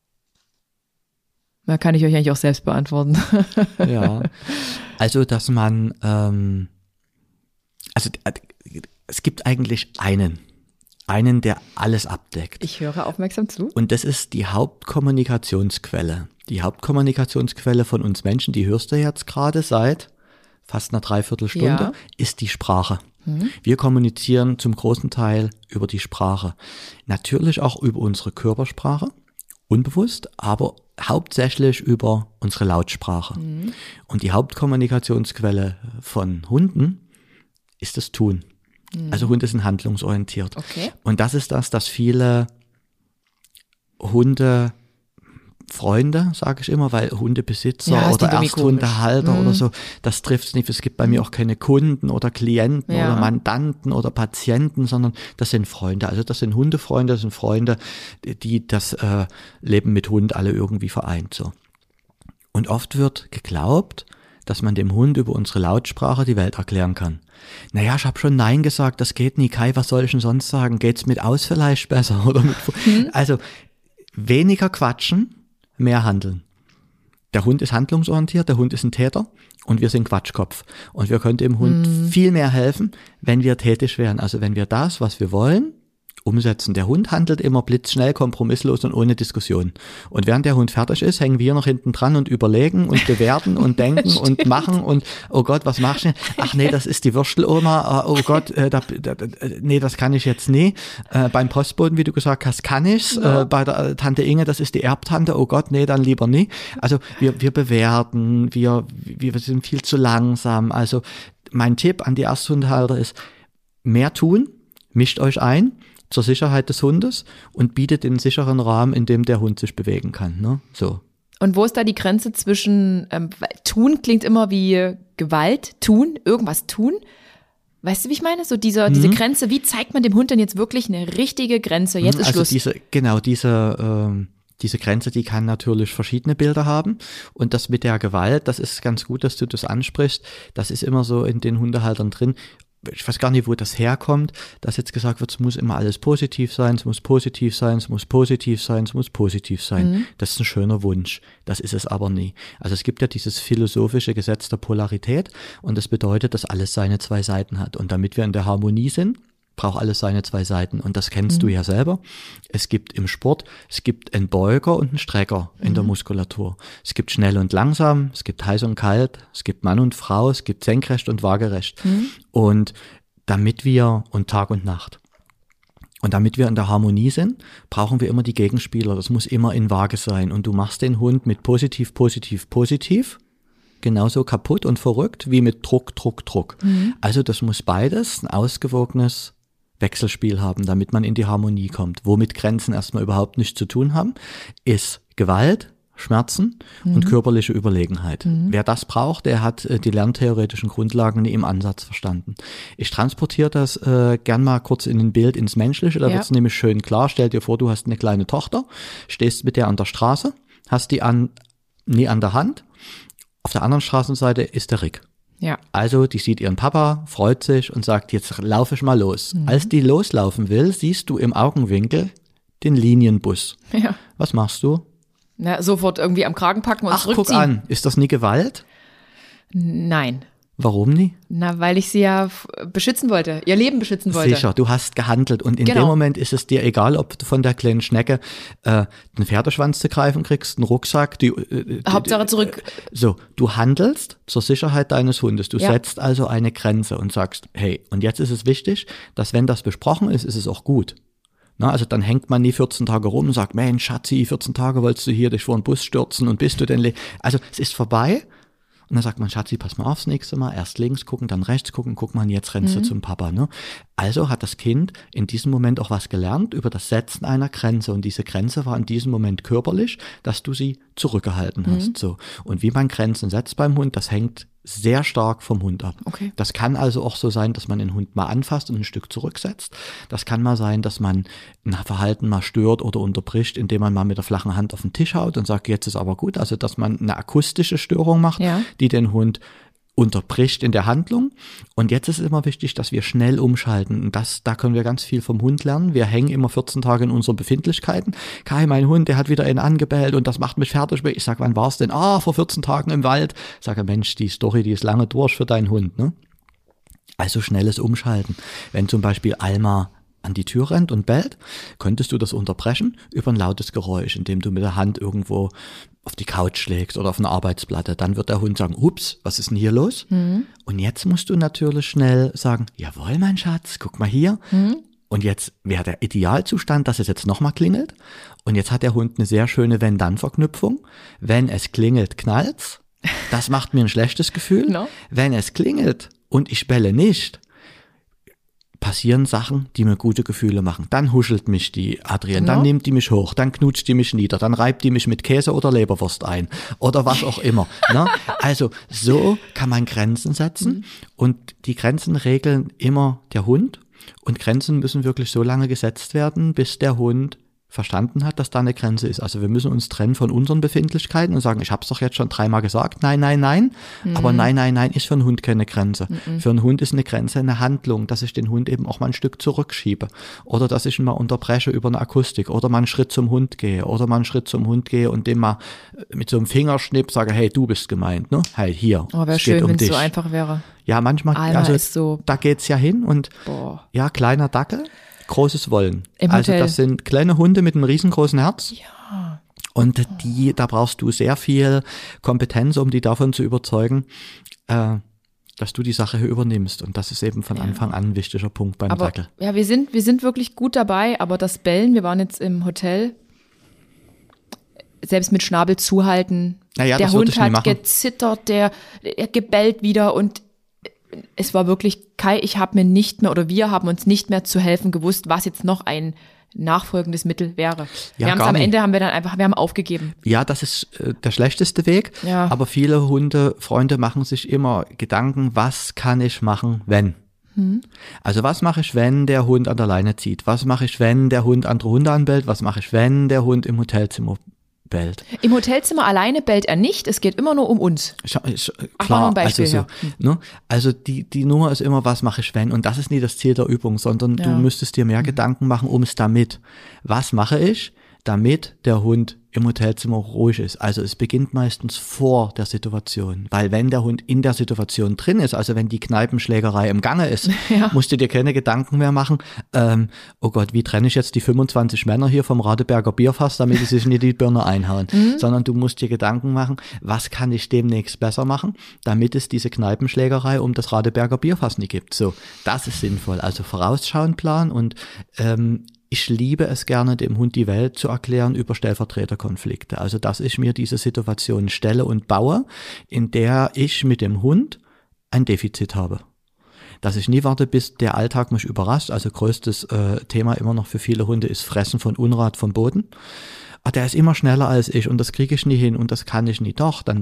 Na, kann ich euch eigentlich auch selbst beantworten. Ja, also dass man, ähm, also äh, es gibt eigentlich einen, einen, der alles abdeckt. Ich höre aufmerksam zu. Und das ist die Hauptkommunikationsquelle. Die Hauptkommunikationsquelle von uns Menschen, die hörst du jetzt gerade seit fast einer Dreiviertelstunde, Ja. ist die Sprache. Wir kommunizieren zum großen Teil über die Sprache. Natürlich auch über unsere Körpersprache, unbewusst, aber hauptsächlich über unsere Lautsprache. Und die Hauptkommunikationsquelle von Hunden ist das Tun. Also Hunde sind handlungsorientiert. Okay. Und das ist das, dass viele Hunde Freunde, sage ich immer, weil Hundebesitzer Ja, das oder klingt irgendwie Ersthundehalter komisch. oder so, das trifft es nicht. Es gibt bei mir auch keine Kunden oder Klienten Ja. oder Mandanten oder Patienten, sondern das sind Freunde. Also das sind Hundefreunde, das sind Freunde, die das äh, Leben mit Hund alle irgendwie vereint. So. Und oft wird geglaubt, dass man dem Hund über unsere Lautsprache die Welt erklären kann. Naja, ich habe schon Nein gesagt, das geht nie. Kai, was soll ich denn sonst sagen? Geht's mit aus vielleicht besser? Oder mit hm. Also weniger quatschen, mehr handeln. Der Hund ist handlungsorientiert, der Hund ist ein Täter und wir sind Quatschkopf. Und wir können dem Hund mm. viel mehr helfen, wenn wir tätig wären. Also wenn wir das, was wir wollen, umsetzen. Der Hund handelt immer blitzschnell, kompromisslos und ohne Diskussion. Und während der Hund fertig ist, hängen wir noch hinten dran und überlegen und bewerten und denken und machen und oh Gott, was machst du? Ach nee, das ist die Würsteloma. Oh Gott, äh, da, da, nee, das kann ich jetzt nie. Äh, beim Postboten, wie du gesagt hast, kann ich's. Ja. Äh, bei der Tante Inge, das ist die Erbtante. Oh Gott, nee, dann lieber nie. Also wir, wir bewerten, wir, wir sind viel zu langsam. Also mein Tipp an die Ersthundehalter ist, mehr tun, mischt euch ein zur Sicherheit des Hundes und bietet den sicheren Rahmen, in dem der Hund sich bewegen kann. Ne? So. Und wo ist da die Grenze zwischen, ähm, tun klingt immer wie Gewalt, tun, irgendwas tun. Weißt du, wie ich meine? So dieser, mhm. diese Grenze, wie zeigt man dem Hund denn jetzt wirklich eine richtige Grenze? Jetzt ist also Schluss. Diese, genau, diese, ähm, diese Grenze, die kann natürlich verschiedene Bilder haben. Und das mit der Gewalt, das ist ganz gut, dass du das ansprichst. Das ist immer so in den Hundehaltern drin. Ich weiß gar nicht, wo das herkommt, dass jetzt gesagt wird, es muss immer alles positiv sein, es muss positiv sein, es muss positiv sein, es muss positiv sein. Mhm. Das ist ein schöner Wunsch, das ist es aber nie. Also es gibt ja dieses philosophische Gesetz der Polarität und das bedeutet, dass alles seine zwei Seiten hat. Und damit wir in der Harmonie sind, braucht alles seine zwei Seiten und das kennst mhm. du ja selber. Es gibt im Sport, es gibt einen Beuger und einen Strecker in mhm. der Muskulatur. Es gibt schnell und langsam, es gibt heiß und kalt, es gibt Mann und Frau, es gibt senkrecht und waagerecht. Mhm. Und damit wir, und Tag und Nacht. Und damit wir in der Harmonie sind, brauchen wir immer die Gegenspieler. Das muss immer in Waage sein. Und du machst den Hund mit positiv, positiv, positiv genauso kaputt und verrückt wie mit Druck, Druck, Druck. Mhm. Also das muss beides ein ausgewogenes Wechselspiel haben, damit man in die Harmonie kommt. Womit Grenzen erstmal überhaupt nichts zu tun haben, ist Gewalt, Schmerzen mhm. und körperliche Überlegenheit. Mhm. Wer das braucht, der hat äh, die lerntheoretischen Grundlagen nie im Ansatz verstanden. Ich transportiere das äh, gern mal kurz in ein Bild ins Menschliche, da ja. wird es nämlich schön klar. Stell dir vor, du hast eine kleine Tochter, stehst mit der an der Straße, hast die an, nie an der Hand. Auf der anderen Straßenseite ist der Rick. Ja. Also die sieht ihren Papa, freut sich und sagt, jetzt laufe ich mal los. Mhm. Als die loslaufen will, siehst du im Augenwinkel den Linienbus. Ja. Was machst du? Na, sofort irgendwie am Kragen packen und Ach, zurückziehen. Guck an, ist das nie Gewalt? Nein. Warum nie? Na, weil ich sie ja beschützen wollte, ihr Leben beschützen wollte. Sicher, du hast gehandelt und in genau. dem Moment ist es dir egal, ob du von der kleinen Schnecke äh, einen Pferdeschwanz zu greifen kriegst, einen Rucksack. Die, äh, Hauptsache zurück. So, du handelst zur Sicherheit deines Hundes. Du ja. setzt also eine Grenze und sagst, hey, und jetzt ist es wichtig, dass wenn das besprochen ist, ist es auch gut. Na, also dann hängt man nie vierzehn Tage rum und sagt, Mensch, Schatzi, vierzehn Tage wolltest du hier dich vor den Bus stürzen und bist du denn... Le-? Also es ist vorbei. Und dann sagt man, Schatzi, pass mal auf das nächste Mal, erst links gucken, dann rechts gucken, guck mal, jetzt rennst mhm. du zum Papa. Ne? Also hat das Kind in diesem Moment auch was gelernt über das Setzen einer Grenze. Und diese Grenze war in diesem Moment körperlich, dass du sie zurückgehalten hast. Mhm. So. Und wie man Grenzen setzt beim Hund, das hängt sehr stark vom Hund ab. Okay. Das kann also auch so sein, dass man den Hund mal anfasst und ein Stück zurücksetzt. Das kann mal sein, dass man ein Verhalten mal stört oder unterbricht, indem man mal mit der flachen Hand auf den Tisch haut und sagt, jetzt ist aber gut. Also dass man eine akustische Störung macht, ja. die den Hund unterbricht in der Handlung. Und jetzt ist es immer wichtig, dass wir schnell umschalten. Und das, da können wir ganz viel vom Hund lernen. Wir hängen immer vierzehn Tage in unseren Befindlichkeiten. Kai, mein Hund, der hat wieder einen angebellt und das macht mich fertig. Ich sag, wann war's denn? Ah, vor vierzehn Tagen im Wald. Ich sage, Mensch, die Story, die ist lange durch für deinen Hund, ne? Also schnelles Umschalten. Wenn zum Beispiel Alma an die Tür rennt und bellt, könntest du das unterbrechen über ein lautes Geräusch, indem du mit der Hand irgendwo auf die Couch schlägst oder auf eine Arbeitsplatte. Dann wird der Hund sagen, ups, was ist denn hier los? Mhm. Und jetzt musst du natürlich schnell sagen, jawohl, mein Schatz, guck mal hier. Mhm. Und jetzt wäre der Idealzustand, dass es jetzt nochmal klingelt. Und jetzt hat der Hund eine sehr schöne Wenn-Dann-Verknüpfung. Wenn es klingelt, knallt's. Das macht mir ein schlechtes Gefühl. No. Wenn es klingelt und ich belle nicht, passieren Sachen, die mir gute Gefühle machen. Dann huschelt mich die Adrienne, Ja. dann nimmt die mich hoch, dann knutscht die mich nieder, dann reibt die mich mit Käse oder Leberwurst ein oder was auch immer. Ne? Also so kann man Grenzen setzen Mhm. und die Grenzen regeln immer der Hund und Grenzen müssen wirklich so lange gesetzt werden, bis der Hund verstanden hat, dass da eine Grenze ist. Also wir müssen uns trennen von unseren Befindlichkeiten und sagen, ich habe es doch jetzt schon dreimal gesagt, nein, nein, nein. Mhm. Aber nein, nein, nein ist für einen Hund keine Grenze. Mhm. Für einen Hund ist eine Grenze eine Handlung, dass ich den Hund eben auch mal ein Stück zurückschiebe oder dass ich ihn mal unterbreche über eine Akustik oder mal einen Schritt zum Hund gehe oder mal einen Schritt zum Hund gehe und dem mal mit so einem Fingerschnipp sage, hey, du bist gemeint, ne? Hey, hier, Oh, wäre es geht schön, um wenn es dich. so einfach wäre. Ja, manchmal, Alma also ist so, da geht's ja hin und boah. ja, kleiner Dackel, großes Wollen. Im also Hotel. das sind kleine Hunde mit einem riesengroßen Herz. Ja. Und die, da brauchst du sehr viel Kompetenz, um die davon zu überzeugen, äh, dass du die Sache hier übernimmst. Und das ist eben von Anfang an ein wichtiger Punkt beim Aber Dackel. ja, wir sind, wir sind wirklich gut dabei, aber das Bellen, wir waren jetzt im Hotel, selbst mit Schnabel zuhalten. Naja, der das würde Hund ich nie hat machen. gezittert, der, er gebellt wieder und es war wirklich, Kai, ich habe mir nicht mehr oder wir haben uns nicht mehr zu helfen gewusst, was jetzt noch ein nachfolgendes Mittel wäre. Ja, wir haben es gar am nicht. Ende haben wir dann einfach, wir haben aufgegeben. Ja, das ist äh, der schlechteste Weg. Ja. Aber viele Hundefreunde machen sich immer Gedanken, was kann ich machen, wenn? Hm. Also was mache ich, wenn der Hund an der Leine zieht? Was mache ich, wenn der Hund andere Hunde anbellt? Was mache ich, wenn der Hund im Hotelzimmer bellt? Im Hotelzimmer alleine bellt er nicht, es geht immer nur um uns. Sch- sch- Ach, war nur Klar, ein Beispiel, also, so, ja. Hm. ne? Also die, die Nummer ist immer, was mache ich wenn? Und das ist nie das Ziel der Übung, sondern Ja. du müsstest dir mehr Gedanken machen, um es damit. Was mache ich, damit der Hund im Hotelzimmer ruhig ist? Also es beginnt meistens vor der Situation, weil wenn der Hund in der Situation drin ist, also wenn die Kneipenschlägerei im Gange ist, Ja. musst du dir keine Gedanken mehr machen, ähm, oh Gott, wie trenne ich jetzt die fünfundzwanzig Männer hier vom Radeberger Bierfass, damit sie sich nicht die Birne einhauen, sondern du musst dir Gedanken machen, was kann ich demnächst besser machen, damit es diese Kneipenschlägerei um das Radeberger Bierfass nicht gibt. So, das ist sinnvoll. Also vorausschauen, Plan und ähm, ich liebe es gerne, dem Hund die Welt zu erklären über Stellvertreterkonflikte. Also, dass ich mir diese Situation stelle und baue, in der ich mit dem Hund ein Defizit habe. Dass ich nie warte, bis der Alltag mich überrascht. Also größtes äh, Thema immer noch für viele Hunde ist Fressen von Unrat vom Boden. Ah, der ist immer schneller als ich und das kriege ich nie hin und das kann ich nie. Doch, dann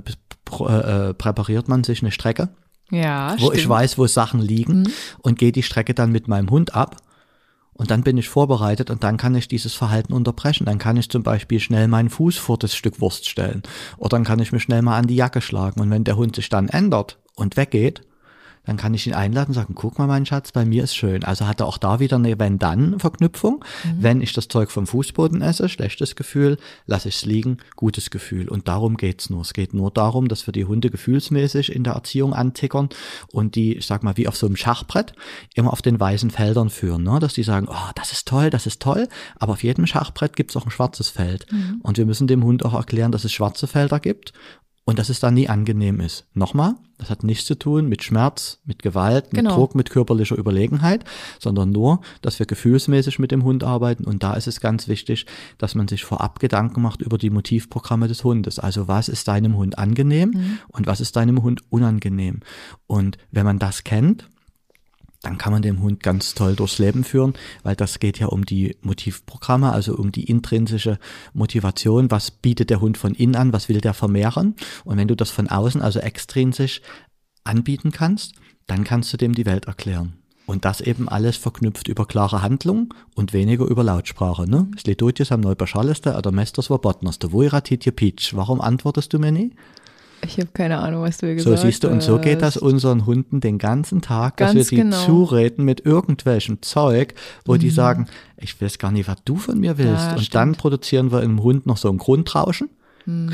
äh, präpariert man sich eine Strecke, Ja, wo stimmt. ich weiß, wo Sachen liegen Mhm. und gehe die Strecke dann mit meinem Hund ab. Und dann bin ich vorbereitet und dann kann ich dieses Verhalten unterbrechen. Dann kann ich zum Beispiel schnell meinen Fuß vor das Stück Wurst stellen. Oder dann kann ich mich schnell mal an die Jacke schlagen. Und wenn der Hund sich dann ändert und weggeht, dann kann ich ihn einladen und sagen, guck mal, mein Schatz, bei mir ist schön. Also hat er auch da wieder eine Wenn-Dann-Verknüpfung. Mhm. Wenn ich das Zeug vom Fußboden esse, schlechtes Gefühl, lasse ich es liegen, gutes Gefühl. Und darum geht's nur. Es geht nur darum, dass wir die Hunde gefühlsmäßig in der Erziehung antickern und die, ich sag mal, wie auf so einem Schachbrett immer auf den weißen Feldern führen. Ne? Dass die sagen, oh, das ist toll, das ist toll. Aber auf jedem Schachbrett gibt's auch ein schwarzes Feld. Mhm. Und wir müssen dem Hund auch erklären, dass es schwarze Felder gibt. Und dass es dann nie angenehm ist. Nochmal, das hat nichts zu tun mit Schmerz, mit Gewalt, mit Genau. Druck, mit körperlicher Überlegenheit, sondern nur, dass wir gefühlsmäßig mit dem Hund arbeiten. Und da ist es ganz wichtig, dass man sich vorab Gedanken macht über die Motivprogramme des Hundes. Also was ist deinem Hund angenehm mhm. und was ist deinem Hund unangenehm? Und wenn man das kennt, dann kann man dem Hund ganz toll durchs Leben führen, weil das geht ja um die Motivprogramme, also um die intrinsische Motivation. Was bietet der Hund von innen an? Was will der vermehren? Und wenn du das von außen, also extrinsisch anbieten kannst, dann kannst du dem die Welt erklären. Und das eben alles verknüpft über klare Handlung und weniger über Lautsprache. Ne? Slidotjes am Neuberschalleste, oder Mesters Wobotnerste. Wo iratit je Pitsch? Warum antwortest du mir nie? Ich habe keine Ahnung, was du hier So gesagt hast. siehst du, und so geht das unseren Hunden den ganzen Tag, dass Ganz wir die genau. zureden mit irgendwelchem Zeug, wo mhm. die sagen, ich weiß gar nicht, was du von mir willst. Ja, und stimmt. dann produzieren wir im Hund noch so ein Grundrauschen. Mhm.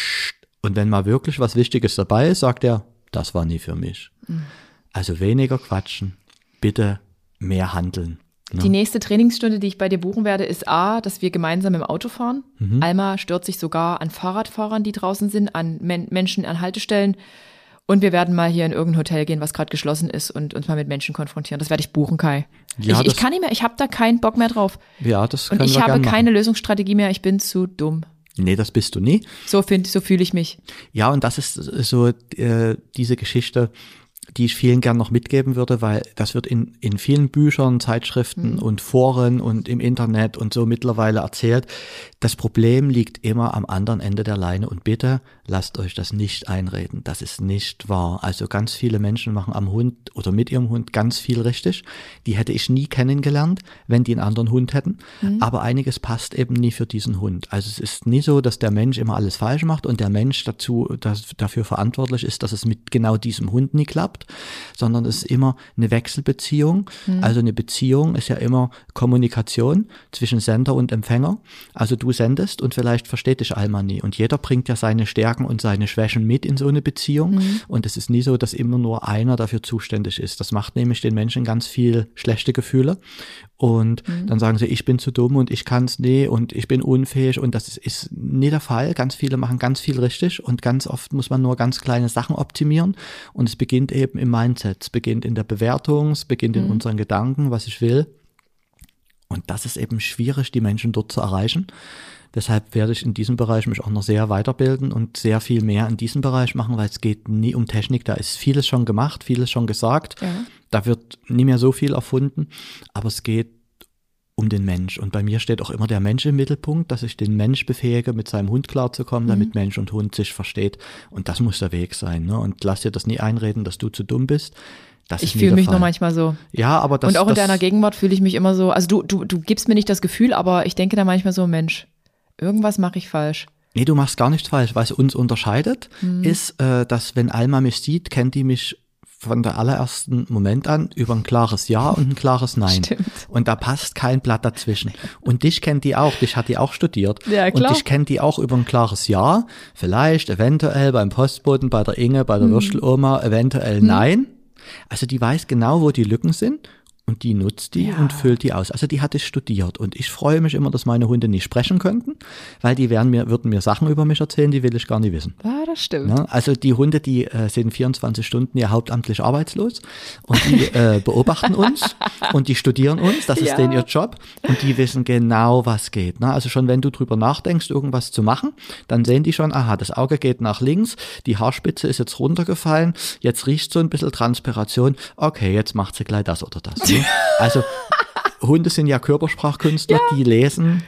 Und wenn mal wirklich was Wichtiges dabei ist, sagt er, das war nie für mich. Mhm. Also weniger quatschen, bitte mehr handeln. Die nächste Trainingsstunde, die ich bei dir buchen werde, ist A, dass wir gemeinsam im Auto fahren. Mhm. Alma stört sich sogar an Fahrradfahrern, die draußen sind, an Men- Menschen an Haltestellen. Und wir werden mal hier in irgendein Hotel gehen, was gerade geschlossen ist und uns mal mit Menschen konfrontieren. Das werde ich buchen, Kai. Ja, ich, ich kann nicht mehr, ich habe da keinen Bock mehr drauf. Ja, das können Und ich wir habe gern keine machen. Lösungsstrategie mehr, ich bin zu dumm. Nee, das bist du nie. So, find, so fühle ich mich. Ja, und das ist so äh, diese Geschichte, die ich vielen gern noch mitgeben würde, weil das wird in, in vielen Büchern, Zeitschriften mhm. und Foren und im Internet und so mittlerweile erzählt. Das Problem liegt immer am anderen Ende der Leine und bitte lasst euch das nicht einreden. Das ist nicht wahr. Also ganz viele Menschen machen am Hund oder mit ihrem Hund ganz viel richtig. Die hätte ich nie kennengelernt, wenn die einen anderen Hund hätten. Mhm. Aber einiges passt eben nie für diesen Hund. Also es ist nie so, dass der Mensch immer alles falsch macht und der Mensch dazu, das, dafür verantwortlich ist, dass es mit genau diesem Hund nie klappt, sondern es ist immer eine Wechselbeziehung. Mhm. Also eine Beziehung ist ja immer Kommunikation zwischen Sender und Empfänger. Also du sendest und vielleicht versteht dich Alma nie. Und jeder bringt ja seine Stärken und seine Schwächen mit in so eine Beziehung. Mhm. Und es ist nie so, dass immer nur einer dafür zuständig ist. Das macht nämlich den Menschen ganz viel schlechte Gefühle. Und mhm. dann sagen sie, ich bin zu dumm und ich kann es nie und ich bin unfähig. Und das ist, ist nie der Fall. Ganz viele machen ganz viel richtig und ganz oft muss man nur ganz kleine Sachen optimieren. Und es beginnt eben im Mindset, es beginnt in der Bewertung, es beginnt in mhm. unseren Gedanken, was ich will. Und das ist eben schwierig, die Menschen dort zu erreichen. Deshalb werde ich in diesem Bereich mich auch noch sehr weiterbilden und sehr viel mehr in diesem Bereich machen, weil es geht nie um Technik. Da ist vieles schon gemacht, vieles schon gesagt. Ja. Da wird nie mehr so viel erfunden, aber es geht um den Mensch. Und bei mir steht auch immer der Mensch im Mittelpunkt, dass ich den Mensch befähige, mit seinem Hund klarzukommen, mhm. damit Mensch und Hund sich versteht. Und das muss der Weg sein. Ne? Und lass dir das nie einreden, dass du zu dumm bist. Das ich fühle mich Fall. Nur manchmal so. Ja, aber das, und auch das, in deiner Gegenwart fühle ich mich immer so, also du, du, du gibst mir nicht das Gefühl, aber ich denke da manchmal so, Mensch, irgendwas mache ich falsch. Nee, du machst gar nichts falsch. Was uns unterscheidet, mhm. ist, äh, dass wenn Alma mich sieht, kennt die mich von der allerersten Moment an über ein klares Ja und ein klares Nein. Stimmt. Und da passt kein Blatt dazwischen. Und dich kennt die auch, dich hat die auch studiert. Ja, klar. Und dich kennt die auch über ein klares Ja, vielleicht, eventuell beim Postboten, bei der Inge, bei der hm. Würsteloma, eventuell hm. Nein. Also die weiß genau, wo die Lücken sind. Und die nutzt die ja. und füllt die aus. Also die hat es studiert. Und ich freue mich immer, dass meine Hunde nicht sprechen könnten, weil die werden mir, würden mir Sachen über mich erzählen, die will ich gar nicht wissen. Ja, das stimmt. Ja, also die Hunde, die äh, sind vierundzwanzig Stunden ja hauptamtlich arbeitslos und die äh, beobachten uns und die studieren uns, das ist ja. denen ihr Job und die wissen genau, was geht. Ne? Also schon wenn du drüber nachdenkst, irgendwas zu machen, dann sehen die schon, aha, das Auge geht nach links, die Haarspitze ist jetzt runtergefallen, jetzt riecht so ein bisschen Transpiration, okay, jetzt macht sie gleich das oder das. Ne? Also Hunde sind ja Körpersprachkünstler, ja. die lesen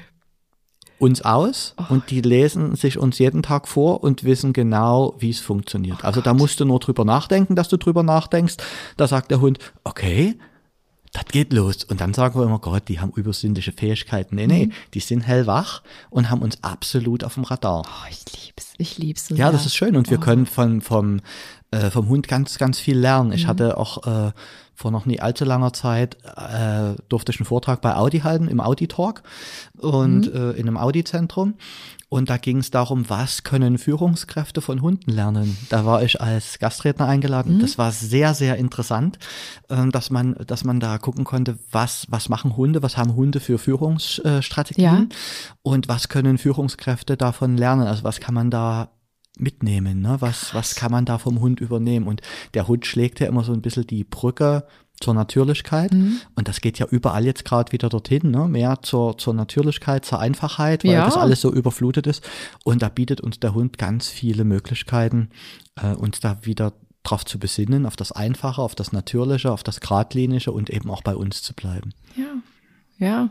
uns aus oh. und die lesen sich uns jeden Tag vor und wissen genau, wie es funktioniert. Oh also Gott. Da musst du nur drüber nachdenken, dass du drüber nachdenkst. Da sagt der Hund, okay, das geht los. Und dann sagen wir immer, Gott, die haben übersinnliche Fähigkeiten. Nee, nee, mhm. die sind hellwach und haben uns absolut auf dem Radar. Oh, ich lieb's, ich lieb's. So ja, sehr. Das ist schön und wir oh. können von, vom, äh, vom Hund ganz, ganz viel lernen. Ich mhm. hatte auch äh, vor noch nie allzu langer Zeit äh, durfte ich einen Vortrag bei Audi halten, im Audi-Talk und mhm. äh, in einem Audi-Zentrum. Und da ging es darum, was können Führungskräfte von Hunden lernen. Da war ich als Gastredner eingeladen. Mhm. Das war sehr, sehr interessant, äh, dass man, dass man da gucken konnte, was, was machen Hunde, was haben Hunde für Führungsstrategien ja. und was können Führungskräfte davon lernen. Also was kann man da mitnehmen, ne? Was, was kann man da vom Hund übernehmen? Und der Hund schlägt ja immer so ein bisschen die Brücke zur Natürlichkeit. Mhm. Und das geht ja überall jetzt gerade wieder dorthin, ne? Mehr zur, zur Natürlichkeit, zur Einfachheit, weil ja. das alles so überflutet ist. Und da bietet uns der Hund ganz viele Möglichkeiten, äh, uns da wieder drauf zu besinnen, auf das Einfache, auf das Natürliche, auf das Gradlinige und eben auch bei uns zu bleiben. Ja, ja.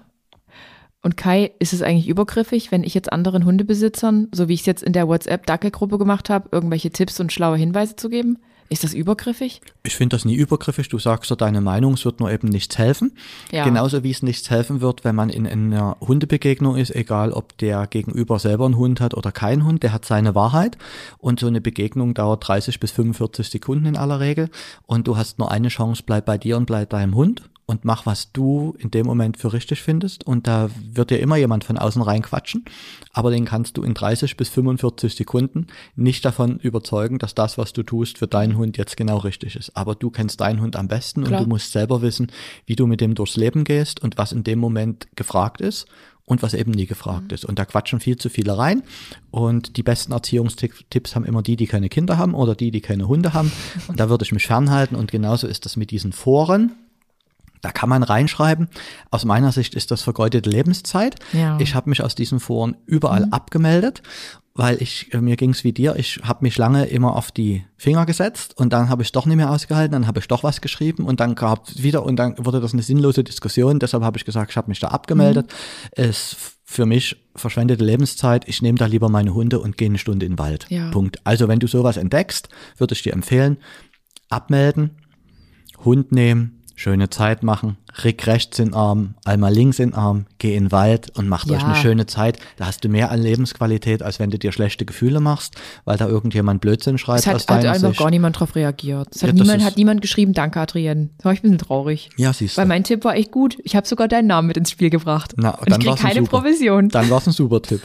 Und Kai, ist es eigentlich übergriffig, wenn ich jetzt anderen Hundebesitzern, so wie ich es jetzt in der WhatsApp-Dackelgruppe gemacht habe, irgendwelche Tipps und schlaue Hinweise zu geben? Ist das übergriffig? Ich finde das nie übergriffig. Du sagst so deine Meinung, es wird nur eben nichts helfen. Ja. Genauso wie es nichts helfen wird, wenn man in einer Hundebegegnung ist, egal ob der Gegenüber selber einen Hund hat oder keinen Hund, der hat seine Wahrheit. Und so eine Begegnung dauert dreißig bis fünfundvierzig Sekunden in aller Regel. Und du hast nur eine Chance, bleib bei dir und bleib deinem Hund. Und mach, was du in dem Moment für richtig findest. Und da wird dir immer jemand von außen reinquatschen. Aber den kannst du in dreißig bis fünfundvierzig Sekunden nicht davon überzeugen, dass das, was du tust, für deinen Hund jetzt genau richtig ist. Aber du kennst deinen Hund am besten Klar. und du musst selber wissen, wie du mit dem durchs Leben gehst und was in dem Moment gefragt ist und was eben nie gefragt mhm. ist. Und da quatschen viel zu viele rein. Und die besten Erziehungstipps haben immer die, die keine Kinder haben oder die, die keine Hunde haben. Und da würde ich mich fernhalten. Und genauso ist das mit diesen Foren. Da kann man reinschreiben. Aus meiner Sicht ist das vergeudete Lebenszeit. Ja. Ich habe mich aus diesen Foren überall mhm. abgemeldet weil ich, mir ging's wie dir, ich habe mich lange immer auf die Finger gesetzt und dann habe ich doch nicht mehr ausgehalten, dann habe ich doch was geschrieben und dann gab es wieder und dann wurde das eine sinnlose Diskussion, deshalb habe ich gesagt, ich habe mich da abgemeldet. Mhm. Es für mich verschwendete Lebenszeit, ich nehme da lieber meine Hunde und gehe eine Stunde in den Wald. Ja. Punkt. Also wenn du sowas entdeckst, würde ich dir empfehlen, abmelden, Hund nehmen, schöne Zeit machen, Rick rechts in den Arm, Alma links in den Arm, geh in den Wald und macht Ja. euch eine schöne Zeit. Da hast du mehr an Lebensqualität, als wenn du dir schlechte Gefühle machst, weil da irgendjemand Blödsinn schreibt Es hat, aus hat deiner einfach Sicht. gar niemand drauf reagiert. Es hat, Ja, das niemand, ist- hat niemand geschrieben, danke Adrienne. Da war ich ein bisschen traurig. Ja, siehst Weil du. mein Tipp war echt gut. Ich habe sogar deinen Namen mit ins Spiel gebracht. Na, und ich dann kriege war's ein keine super. Provision. Dann war es ein super Tipp.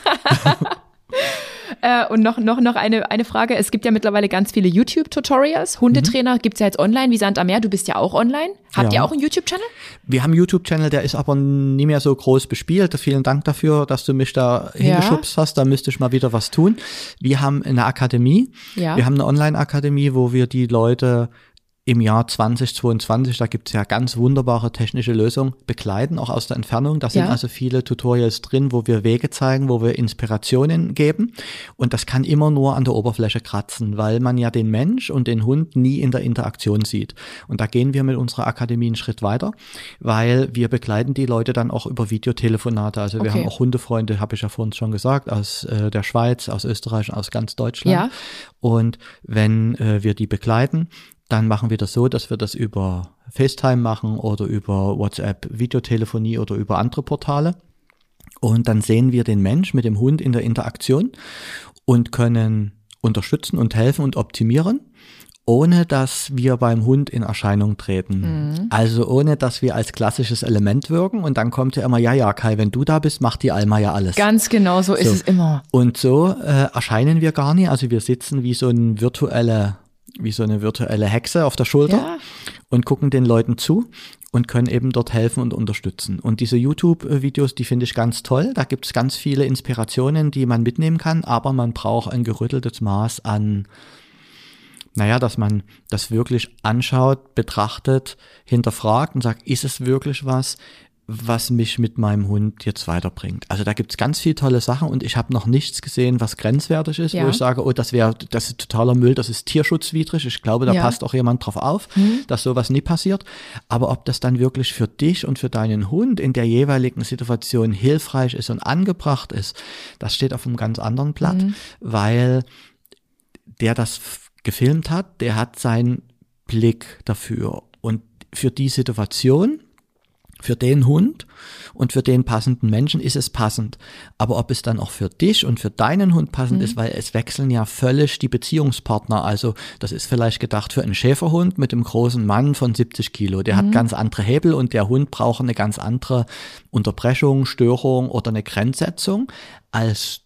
Äh, und noch, noch, noch eine, eine Frage. Es gibt ja mittlerweile ganz viele YouTube-Tutorials. Hundetrainer Mhm. gibt's ja jetzt online, wie Sand am Meer. Du bist ja auch online. Habt Ja. ihr auch einen YouTube-Channel? Wir haben einen YouTube-Channel, der ist aber nie mehr so groß bespielt. Vielen Dank dafür, dass du mich da Ja. hingeschubst hast. Da müsste ich mal wieder was tun. Wir haben eine Akademie. Ja. Wir haben eine Online-Akademie, wo wir die Leute im Jahr zwanzig zweiundzwanzig, da gibt's ja ganz wunderbare technische Lösungen, begleiten, auch aus der Entfernung. Da sind Ja. also viele Tutorials drin, wo wir Wege zeigen, wo wir Inspirationen geben. Und das kann immer nur an der Oberfläche kratzen, weil man ja den Mensch und den Hund nie in der Interaktion sieht. Und da gehen wir mit unserer Akademie einen Schritt weiter, weil wir begleiten die Leute dann auch über Videotelefonate. Also wir Okay. haben auch Hundefreunde, habe ich ja vorhin schon gesagt, aus äh, der Schweiz, aus Österreich, aus ganz Deutschland. Ja. Und wenn äh, wir die begleiten, dann machen wir das so, dass wir das über FaceTime machen oder über WhatsApp, Videotelefonie oder über andere Portale. Und dann sehen wir den Mensch mit dem Hund in der Interaktion und können unterstützen und helfen und optimieren, ohne dass wir beim Hund in Erscheinung treten. Mhm. Also ohne, dass wir als klassisches Element wirken. Und dann kommt ja immer, ja, ja, Kai, wenn du da bist, macht die Alma ja alles. Ganz genau, so ist So. es immer. Und so äh, erscheinen wir gar nicht. Also wir sitzen wie so ein virtuelle, wie so eine virtuelle Hexe auf der Schulter Ja. und gucken den Leuten zu und können eben dort helfen und unterstützen. Und diese YouTube-Videos, die finde ich ganz toll. Da gibt es ganz viele Inspirationen, die man mitnehmen kann, aber man braucht ein gerütteltes Maß an, naja, dass man das wirklich anschaut, betrachtet, hinterfragt und sagt, ist es wirklich was, was mich mit meinem Hund jetzt weiterbringt. Also da gibt's ganz viele tolle Sachen und ich habe noch nichts gesehen, was grenzwertig ist, Ja. wo ich sage, oh, das wäre, das ist totaler Müll, das ist tierschutzwidrig. Ich glaube, da Ja. passt auch jemand drauf auf, dass sowas nie passiert. Aber ob das dann wirklich für dich und für deinen Hund in der jeweiligen Situation hilfreich ist und angebracht ist, das steht auf einem ganz anderen Blatt, weil der das f- gefilmt hat, der hat seinen Blick dafür und für die Situation, für den Hund und für den passenden Menschen ist es passend. Aber ob es dann auch für dich und für deinen Hund passend ist, weil es wechseln ja völlig die Beziehungspartner. Also das ist vielleicht gedacht für einen Schäferhund mit einem großen Mann von siebzig Kilo. Der hat ganz andere Hebel und der Hund braucht eine ganz andere Unterbrechung, Störung oder eine Grenzsetzung als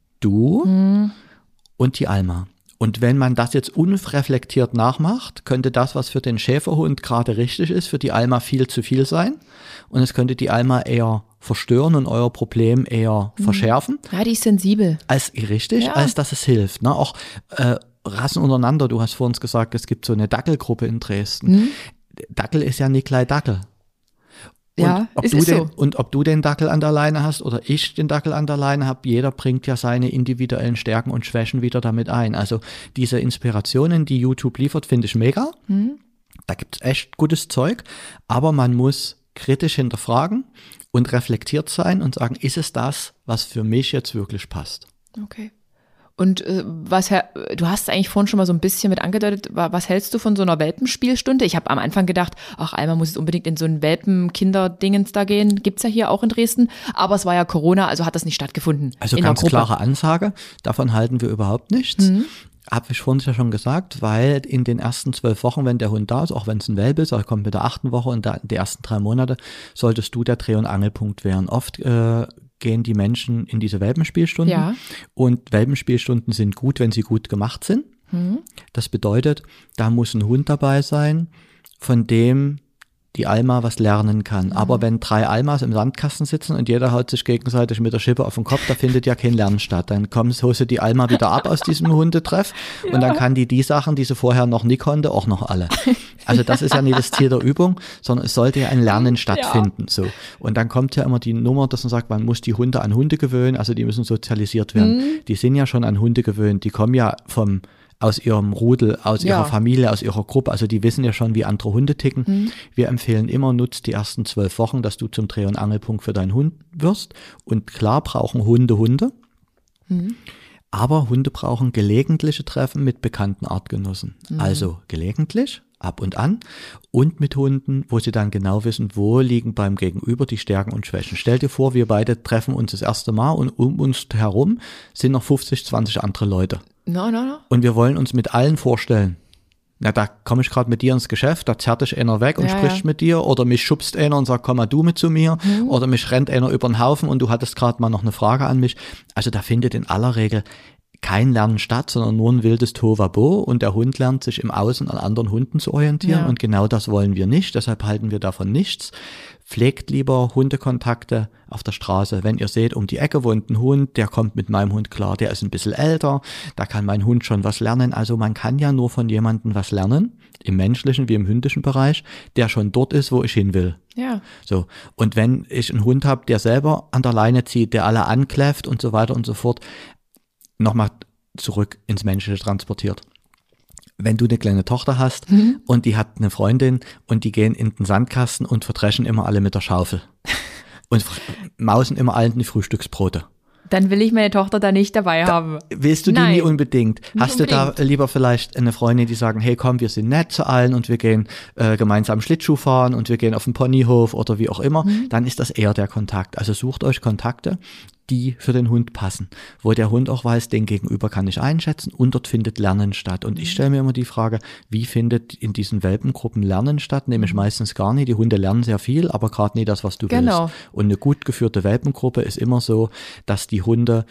du und die Alma. Und wenn man das jetzt unreflektiert nachmacht, könnte das, was für den Schäferhund gerade richtig ist, für die Alma viel zu viel sein. Und es könnte die Alma eher verstören und euer Problem eher verschärfen, Ja, die ist sensibel. als richtig, Ja. als dass es hilft. Ne? Auch äh, Rassen untereinander, du hast vor uns gesagt, es gibt so eine Dackelgruppe in Dresden. Dackel ist ja nicht gleich Dackel. Und Ja, ob es du ist den, so. Und ob du den Dackel an der Leine hast oder ich den Dackel an der Leine habe, jeder bringt ja seine individuellen Stärken und Schwächen wieder damit ein. Also diese Inspirationen, die YouTube liefert, finde ich mega. Hm. Da gibt's echt gutes Zeug, aber man muss kritisch hinterfragen und reflektiert sein und sagen, ist es das, was für mich jetzt wirklich passt? Okay. Und äh, was, Herr, du hast eigentlich vorhin schon mal so ein bisschen mit angedeutet, wa- was hältst du von so einer Welpenspielstunde? Ich habe am Anfang gedacht, ach, Alma muss jetzt unbedingt in so ein Welpen-Kinder-Dingens da gehen. Gibt's ja hier auch in Dresden. Aber es war ja Corona, also hat das nicht stattgefunden. Also in ganz der Gruppe. klare Ansage, davon halten wir überhaupt nichts. Mhm. Habe ich vorhin ja schon gesagt, weil in den ersten zwölf Wochen, wenn der Hund da ist, auch wenn es ein Welpe ist, er kommt mit der achten Woche und da, die ersten drei Monate, solltest du der Dreh- und Angelpunkt werden. Oft äh, gehen die Menschen in diese Welpenspielstunden Ja. und Welpenspielstunden sind gut, wenn sie gut gemacht sind. Das bedeutet, da muss ein Hund dabei sein, von dem die Alma was lernen kann. Aber wenn drei Almas im Sandkasten sitzen und jeder haut sich gegenseitig mit der Schippe auf den Kopf, da findet ja kein Lernen statt. Dann kommt, holst du die Alma wieder ab aus diesem Hundetreff und dann kann die die Sachen, die sie vorher noch nie konnte, auch noch alle. Also das ist ja nicht das Ziel der Übung, sondern es sollte ja ein Lernen stattfinden. Ja. So. Und dann kommt ja immer die Nummer, dass man sagt, man muss die Hunde an Hunde gewöhnen, also die müssen sozialisiert werden. Mhm. Die sind ja schon an Hunde gewöhnt, die kommen ja vom aus ihrem Rudel, aus ja. ihrer Familie, aus ihrer Gruppe, also die wissen ja schon, wie andere Hunde ticken. Mhm. Wir empfehlen immer, nutzt die ersten zwölf Wochen, dass du zum Dreh- und Angelpunkt für deinen Hund wirst. Und klar brauchen Hunde Hunde, mhm. aber Hunde brauchen gelegentliche Treffen mit bekannten Artgenossen. Mhm. Also gelegentlich, ab und an und mit Hunden, wo sie dann genau wissen, wo liegen beim Gegenüber die Stärken und Schwächen. Stell dir vor, wir beide treffen uns das erste Mal und um uns herum sind noch fünfzig, zwanzig andere Leute. No, no, no. Und wir wollen uns mit allen vorstellen. Na, da komme ich gerade mit dir ins Geschäft, da zerrt dich einer weg und ja, spricht ja. mit dir oder mich schubst einer und sagt, komm mal du mit zu mir mhm. oder mich rennt einer über den Haufen und du hattest gerade mal noch eine Frage an mich. Also da findet in aller Regel kein Lernen statt, sondern nur ein wildes Tohuwabohu und der Hund lernt sich im Außen an anderen Hunden zu orientieren ja. und genau das wollen wir nicht, deshalb halten wir davon nichts. Pflegt lieber Hundekontakte auf der Straße. Wenn ihr seht, um die Ecke wohnt ein Hund, der kommt mit meinem Hund klar, der ist ein bisschen älter, da kann mein Hund schon was lernen. Also man kann ja nur von jemandem was lernen, im menschlichen wie im hündischen Bereich, der schon dort ist, wo ich hin will. Ja. So. Und wenn ich einen Hund habe, der selber an der Leine zieht, der alle ankläfft und so weiter und so fort, nochmal zurück ins Menschliche transportiert. Wenn du eine kleine Tochter hast mhm. und die hat eine Freundin und die gehen in den Sandkasten und verdreschen immer alle mit der Schaufel und mausen immer allen die Frühstücksbrote. Dann will ich meine Tochter da nicht dabei da haben. Willst du die Nein, nie unbedingt? Nicht Hast unbedingt. du da lieber vielleicht eine Freundin, die sagen, hey komm, wir sind nett zu allen und wir gehen äh, gemeinsam Schlittschuh fahren und wir gehen auf den Ponyhof oder wie auch immer, mhm. dann ist das eher der Kontakt. Also sucht euch Kontakte, die für den Hund passen, wo der Hund auch weiß, den Gegenüber kann ich einschätzen und dort findet Lernen statt. Und ich stelle mir immer die Frage, wie findet in diesen Welpengruppen Lernen statt? Nämlich meistens gar nicht. Die Hunde lernen sehr viel, aber gerade nicht das, was du genau. willst. Und eine gut geführte Welpengruppe ist immer so, dass die Hunde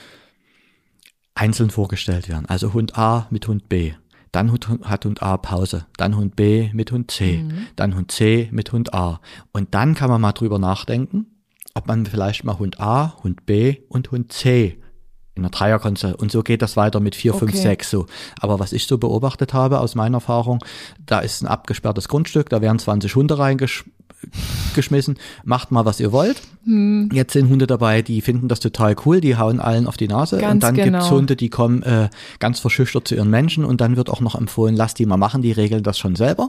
einzeln vorgestellt werden. Also Hund A mit Hund B. Dann hat Hund A Pause, dann Hund B mit Hund C, mhm. dann Hund C mit Hund A. Und dann kann man mal drüber nachdenken, ob man vielleicht mal Hund A, Hund B und Hund C in einer Dreierkonstellation, und so geht das weiter mit vier, fünf, okay. sechs so. Aber was ich so beobachtet habe aus meiner Erfahrung, da ist ein abgesperrtes Grundstück, da werden zwanzig Hunde reingeschmissen, macht mal, was ihr wollt. Hm. Jetzt sind Hunde dabei, die finden das total cool, die hauen allen auf die Nase ganz und dann genau. gibt's Hunde, die kommen äh, ganz verschüchtert zu ihren Menschen und dann wird auch noch empfohlen, lass die mal machen, die regeln das schon selber.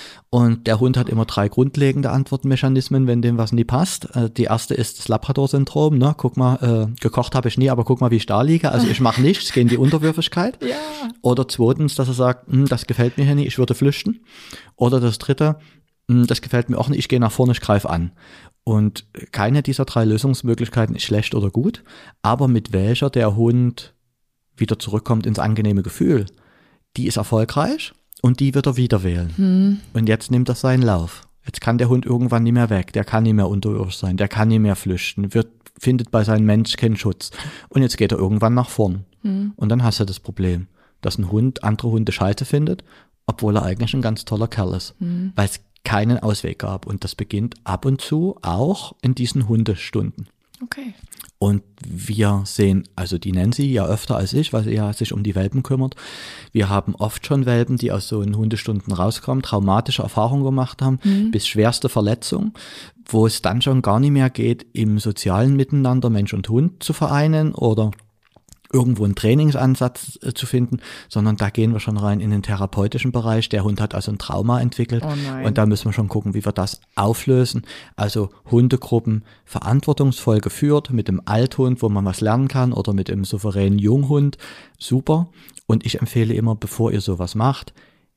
Und der Hund hat immer drei grundlegende Antwortmechanismen, wenn dem was nie passt. Äh, die erste ist das Labrador-Syndrom. Ne? Guck mal, äh, gekocht habe ich nie, aber guck mal, wie ich da liege. Also ich mache nichts, gehe in die Unterwürfigkeit. Ja. Oder zweitens, dass er sagt, das gefällt mir hier nicht, ich würde flüchten. Oder das dritte, das gefällt mir auch nicht, ich gehe nach vorne, ich greife an. Und keine dieser drei Lösungsmöglichkeiten ist schlecht oder gut, aber mit welcher der Hund wieder zurückkommt ins angenehme Gefühl, die ist erfolgreich. Und die wird er wieder wählen. Hm. Und jetzt nimmt er seinen Lauf. Jetzt kann der Hund irgendwann nicht mehr weg. Der kann nicht mehr unterirdisch sein. Der kann nicht mehr flüchten. Wird, findet bei seinem Mensch keinen Schutz. Und jetzt geht er irgendwann nach vorn. Hm. Und dann hast du das Problem, dass ein Hund andere Hunde scheiße findet, obwohl er eigentlich ein ganz toller Kerl ist. Hm. Weil es keinen Ausweg gab. Und das beginnt ab und zu auch in diesen Hundestunden. Okay. Und wir sehen, also die Nancy ja öfter als ich, weil sie ja sich um die Welpen kümmert. Wir haben oft schon Welpen, die aus so einen Hundestunden rauskommen, traumatische Erfahrungen gemacht haben, mhm. bis schwerste Verletzung, wo es dann schon gar nicht mehr geht, im sozialen Miteinander Mensch und Hund zu vereinen oder irgendwo einen Trainingsansatz äh, zu finden, sondern da gehen wir schon rein in den therapeutischen Bereich. Der Hund hat also ein Trauma entwickelt oh und da müssen wir schon gucken, wie wir das auflösen. Also Hundegruppen verantwortungsvoll geführt mit dem Althund, wo man was lernen kann, oder mit dem souveränen Junghund. Super. Und ich empfehle immer, bevor ihr sowas macht,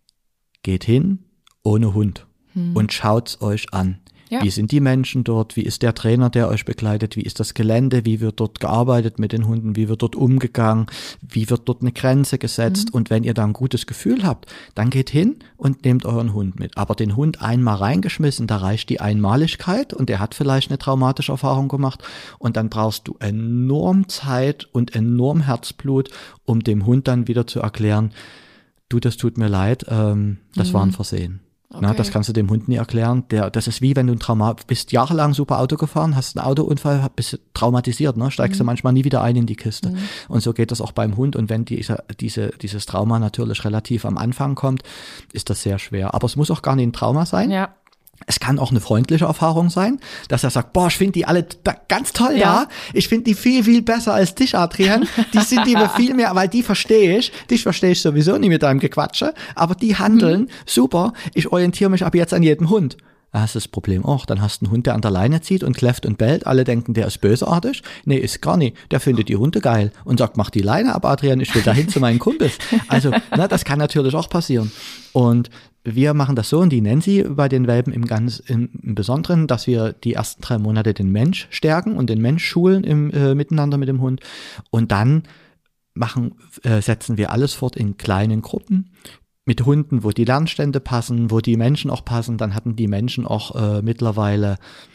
geht hin ohne Hund hm. und schaut's euch an. Ja. Wie sind die Menschen dort? Wie ist der Trainer, der euch begleitet? Wie ist das Gelände? Wie wird dort gearbeitet mit den Hunden? Wie wird dort umgegangen? Wie wird dort eine Grenze gesetzt? Mhm. Und wenn ihr da ein gutes Gefühl habt, dann geht hin und nehmt euren Hund mit. Aber den Hund einmal reingeschmissen, da reicht die Einmaligkeit und der hat vielleicht eine traumatische Erfahrung gemacht. Und dann brauchst du enorm Zeit und enorm Herzblut, um dem Hund dann wieder zu erklären, du, das tut mir leid, ähm, das mhm. war ein Versehen. Okay. Na, das kannst du dem Hund nie erklären. Der, das ist wie wenn du ein Trauma bist jahrelang super Auto gefahren, hast einen Autounfall, bist traumatisiert, ne? Steigst mhm. du manchmal nie wieder ein in die Kiste. Mhm. Und so geht das auch beim Hund. Und wenn diese, diese, dieses Trauma natürlich relativ am Anfang kommt, ist das sehr schwer. Aber es muss auch gar nicht ein Trauma sein. Ja. Es kann auch eine freundliche Erfahrung sein, dass er sagt, boah, ich finde die alle da ganz toll ja. da. Ich finde die viel, viel besser als dich, Adrian. Die sind die mir viel mehr, weil die verstehe ich. Dich verstehe ich sowieso nicht mit deinem Gequatsche. Aber die handeln, mhm. super. Ich orientiere mich ab jetzt an jedem Hund. Da hast du das Problem auch. Dann hast du einen Hund, der an der Leine zieht und kläfft und bellt. Alle denken, der ist bösartig. Nee, ist gar nicht. Der findet die Hunde geil und sagt, mach die Leine ab, Adrian, ich will dahin zu meinen Kumpels. Also, na, das kann natürlich auch passieren. Und wir machen das so, und die Nancy bei den Welpen im ganz im, im Besonderen, dass wir die ersten drei Monate den Mensch stärken und den Mensch schulen im äh, Miteinander mit dem Hund. Und dann machen, äh, setzen wir alles fort in kleinen Gruppen mit Hunden, wo die Lernstände passen, wo die Menschen auch passen. Dann hatten die Menschen auch äh, mittlerweile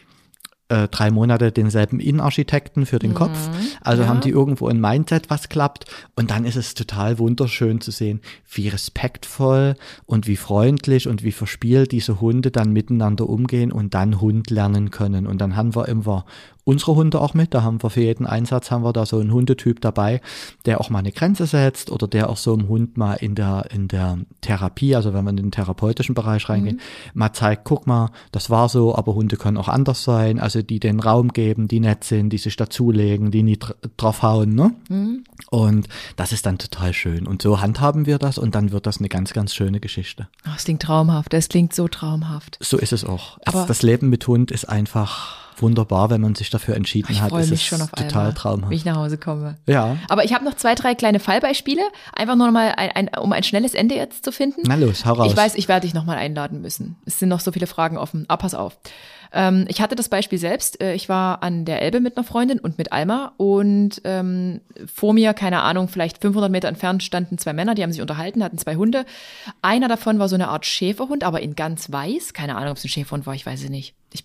äh, drei Monate denselben Innenarchitekten für den mhm. Kopf. Also ja. haben die irgendwo ein Mindset, was klappt. Und dann ist es total wunderschön zu sehen, wie respektvoll und wie freundlich und wie verspielt diese Hunde dann miteinander umgehen und dann Hund lernen können. Und dann haben wir immer unsere Hunde auch mit. Da haben wir für jeden Einsatz haben wir da so einen Hundetyp dabei, der auch mal eine Grenze setzt oder der auch so einem Hund mal in der in der Therapie, also wenn man in den therapeutischen Bereich reingeht, mhm. mal zeigt, guck mal, das war so, aber Hunde können auch anders sein, also die den Raum geben, die nett sind, die sich dazulegen, die nie dr- draufhauen, ne? Mhm. Und das ist dann total schön. Und so handhaben wir das und dann wird das eine ganz, ganz schöne Geschichte. Oh, das klingt traumhaft, das klingt so traumhaft. So ist es auch. Aber das Leben mit Hund ist einfach wunderbar, wenn man sich dafür entschieden ich hat. Ich freue mich ist schon auf total einmal, traumhaft, wenn ich nach Hause komme. Ja. Aber ich habe noch zwei, drei kleine Fallbeispiele, einfach nur noch mal, ein, ein, um ein schnelles Ende jetzt zu finden. Na los, hau raus. Ich weiß, ich werde dich noch mal einladen müssen. Es sind noch so viele Fragen offen. Aber pass auf. Ähm, ich hatte das Beispiel selbst. Ich war an der Elbe mit einer Freundin und mit Alma und ähm, vor mir, keine Ahnung, vielleicht fünfhundert Meter entfernt standen zwei Männer, die haben sich unterhalten, hatten zwei Hunde. Einer davon war so eine Art Schäferhund, aber in ganz weiß. Keine Ahnung, ob es ein Schäferhund war, ich weiß es nicht. Ich,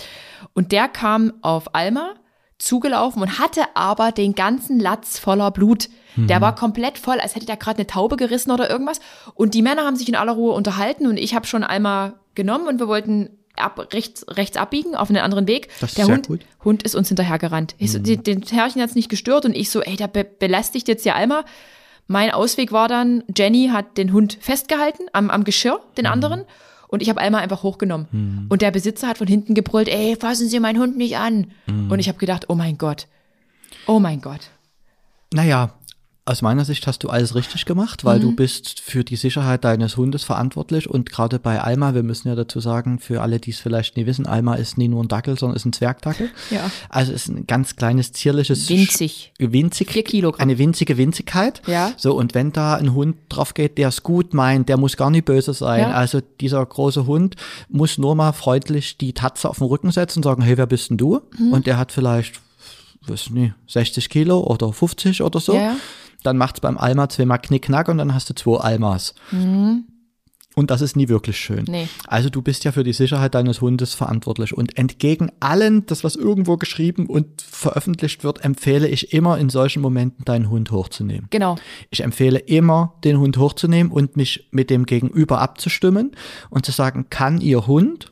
und der kam auf Alma zugelaufen und hatte aber den ganzen Latz voller Blut. Mhm. Der war komplett voll, als hätte der gerade eine Taube gerissen oder irgendwas. Und die Männer haben sich in aller Ruhe unterhalten und ich habe schon Alma genommen und wir wollten ab, rechts, rechts abbiegen auf einen anderen Weg. Das ist der sehr Hund, gut. Hund ist uns hinterhergerannt. Mhm. So, den, den Herrchen hat es nicht gestört und ich so, ey, der be- belästigt jetzt ja Alma. Mein Ausweg war dann, Jenny hat den Hund festgehalten am, am Geschirr, den mhm. anderen. Und ich habe Alma einfach hochgenommen. Mhm. Und der Besitzer hat von hinten gebrüllt, ey, fassen Sie meinen Hund nicht an. Mhm. Und ich habe gedacht, oh mein Gott, oh mein Gott. Naja, aus meiner Sicht hast du alles richtig gemacht, weil mhm. du bist für die Sicherheit deines Hundes verantwortlich. Und gerade bei Alma, wir müssen ja dazu sagen, für alle, die es vielleicht nie wissen, Alma ist nie nur ein Dackel, sondern ist ein Zwergdackel. Ja. Also ist ein ganz kleines, zierliches. Winzig. Winzig. Vier Kilogramm. Eine winzige Winzigkeit. Ja. So, und wenn da ein Hund drauf geht, der es gut meint, der muss gar nicht böse sein. Ja. Also dieser große Hund muss nur mal freundlich die Tatze auf den Rücken setzen und sagen, hey, wer bist denn du? Mhm. Und der hat vielleicht, weiß nicht, sechzig Kilo oder fünfzig oder so. Ja. Dann macht's beim Alma zweimal Knickknack und dann hast du zwei Almas. Mhm. Und das ist nie wirklich schön. Nee. Also du bist ja für die Sicherheit deines Hundes verantwortlich. Und entgegen allen, das was irgendwo geschrieben und veröffentlicht wird, empfehle ich immer in solchen Momenten deinen Hund hochzunehmen. Genau. Ich empfehle immer, den Hund hochzunehmen und mich mit dem Gegenüber abzustimmen und zu sagen, kann Ihr Hund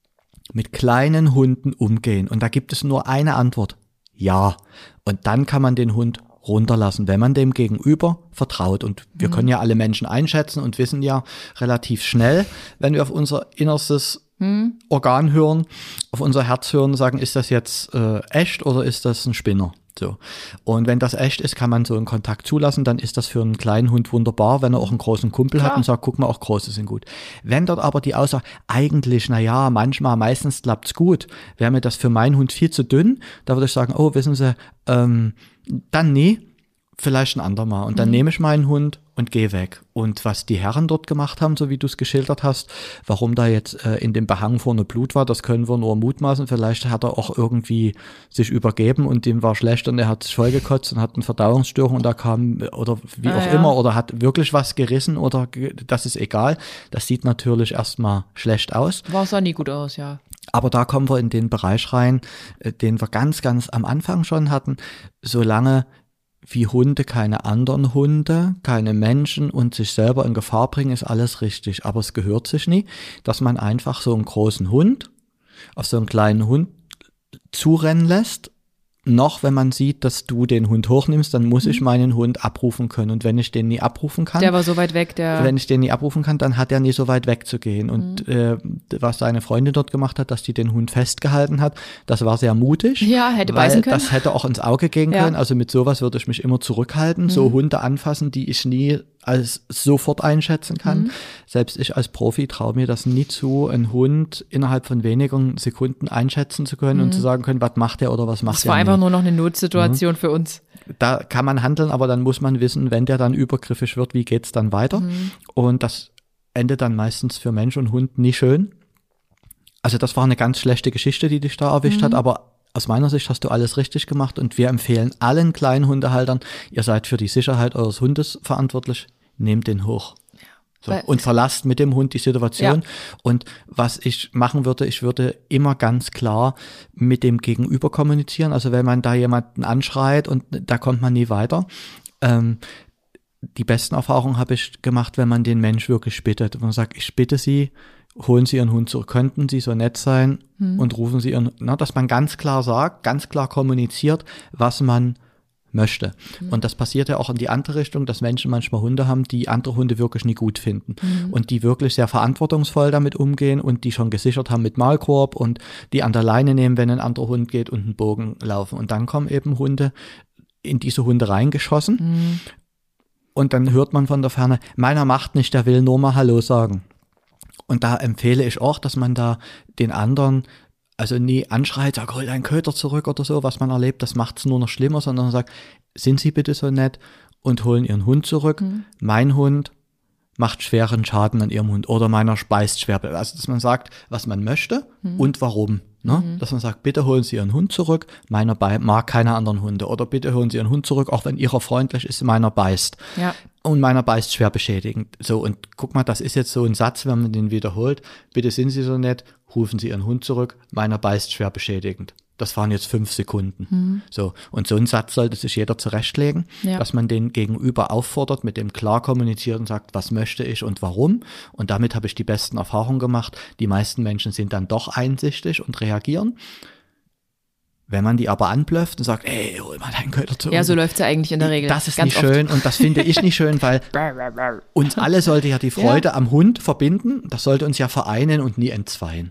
mit kleinen Hunden umgehen? Und da gibt es nur eine Antwort. Ja. Und dann kann man den Hund runterlassen, wenn man dem Gegenüber vertraut. Und wir mhm. können ja alle Menschen einschätzen und wissen ja relativ schnell, wenn wir auf unser innerstes mhm. Organ hören, auf unser Herz hören, sagen, ist das jetzt äh, echt oder ist das ein Spinner? So. Und wenn das echt ist, kann man so einen Kontakt zulassen, dann ist das für einen kleinen Hund wunderbar, wenn er auch einen großen Kumpel Klar. hat und sagt, guck mal, auch große sind gut. Wenn dort aber die Aussage, eigentlich, na ja, manchmal, meistens klappt's gut, wäre mir das für meinen Hund viel zu dünn, da würde ich sagen, oh, wissen Sie, ähm, dann nee, vielleicht ein andermal. Und dann mhm. nehme ich meinen Hund und gehe weg. Und was die Herren dort gemacht haben, so wie du es geschildert hast, warum da jetzt äh, in dem Behang vorne Blut war, das können wir nur mutmaßen. Vielleicht hat er auch irgendwie sich übergeben und dem war schlecht und er hat sich vollgekotzt und hat eine Verdauungsstörung und da kam, oder wie ah, auch ja. immer, oder hat wirklich was gerissen oder das ist egal. Das sieht natürlich erstmal schlecht aus. War sah nie gut aus, ja. Aber da kommen wir in den Bereich rein, den wir ganz, ganz am Anfang schon hatten. Solange wie Hunde keine anderen Hunde, keine Menschen und sich selber in Gefahr bringen, ist alles richtig. Aber es gehört sich nie, dass man einfach so einen großen Hund auf so einen kleinen Hund zurennen lässt. Noch, wenn man sieht, dass du den Hund hochnimmst, dann muss mhm. ich meinen Hund abrufen können. Und wenn ich den nie abrufen kann. Der war so weit weg, der. Wenn ich den nie abrufen kann, dann hat er nie so weit weg zu gehen. Und mhm. äh, was seine Freundin dort gemacht hat, dass die den Hund festgehalten hat, das war sehr mutig. Ja, hätte weil beißen können. Das hätte auch ins Auge gehen ja. können. Also mit sowas würde ich mich immer zurückhalten. Mhm. So Hunde anfassen, die ich nie als sofort einschätzen kann. Mhm. Selbst ich als Profi traue mir das nie zu, einen Hund innerhalb von wenigen Sekunden einschätzen zu können mhm. und zu sagen können, was macht der oder was macht der. Das war einfach nur noch eine Notsituation mhm. für uns. Da kann man handeln, aber dann muss man wissen, wenn der dann übergriffig wird, wie geht's dann weiter? Mhm. Und das endet dann meistens für Mensch und Hund nie schön. Also das war eine ganz schlechte Geschichte, die dich da erwischt mhm. hat, aber aus meiner Sicht hast du alles richtig gemacht und wir empfehlen allen kleinen Hundehaltern, ihr seid für die Sicherheit eures Hundes verantwortlich, nehmt den hoch. So, und verlasst mit dem Hund die Situation. Ja. Und was ich machen würde, ich würde immer ganz klar mit dem Gegenüber kommunizieren. Also wenn man da jemanden anschreit und da kommt man nie weiter. Ähm, die besten Erfahrungen habe ich gemacht, wenn man den Mensch wirklich bittet. Man sagt, ich bitte Sie, holen Sie Ihren Hund zurück. Könnten Sie so nett sein hm. und rufen Sie Ihren, na, dass man ganz klar sagt, ganz klar kommuniziert, was man möchte. Mhm. Und das passiert ja auch in die andere Richtung, dass Menschen manchmal Hunde haben, die andere Hunde wirklich nie gut finden mhm. und die wirklich sehr verantwortungsvoll damit umgehen und die schon gesichert haben mit Maulkorb und die an der Leine nehmen, wenn ein anderer Hund geht und einen Bogen laufen. Und dann kommen eben Hunde in diese Hunde reingeschossen mhm. und dann hört man von der Ferne, meiner macht nicht, der will nur mal Hallo sagen. Und da empfehle ich auch, dass man da den anderen also nie anschreit, sag, hol deinen Köter zurück oder so, was man erlebt, das macht es nur noch schlimmer, sondern sagt, sind Sie bitte so nett und holen Ihren Hund zurück. Mhm. Mein Hund macht schweren Schaden an Ihrem Hund oder meiner speist schwer. Also, dass man sagt, was man möchte mhm. und warum. Ne? Mhm. Dass man sagt, bitte holen Sie Ihren Hund zurück, meiner bei- mag keine anderen Hunde. Oder bitte holen Sie Ihren Hund zurück, auch wenn Ihrer freundlich ist, meiner beißt. Ja. Und meiner beißt schwer beschädigend. So, und guck mal, das ist jetzt so ein Satz, wenn man den wiederholt. Bitte sind Sie so nett, rufen Sie Ihren Hund zurück, meiner beißt schwer beschädigend. Das waren jetzt fünf Sekunden. Mhm. So, und so einen Satz sollte sich jeder zurechtlegen, ja. dass man den Gegenüber auffordert, mit dem klar kommuniziert und sagt, was möchte ich und warum. Und damit habe ich die besten Erfahrungen gemacht. Die meisten Menschen sind dann doch einsichtig und reagieren. Wenn man die aber anblöfft und sagt, ey, hol mal deinen Köter zurück. Ja, so läuft es ja eigentlich in der Regel. Das ist Ganz nicht oft. Schön und das finde ich nicht schön, weil uns alle sollte ja die Freude ja. am Hund verbinden. Das sollte uns ja vereinen und nie entzweien.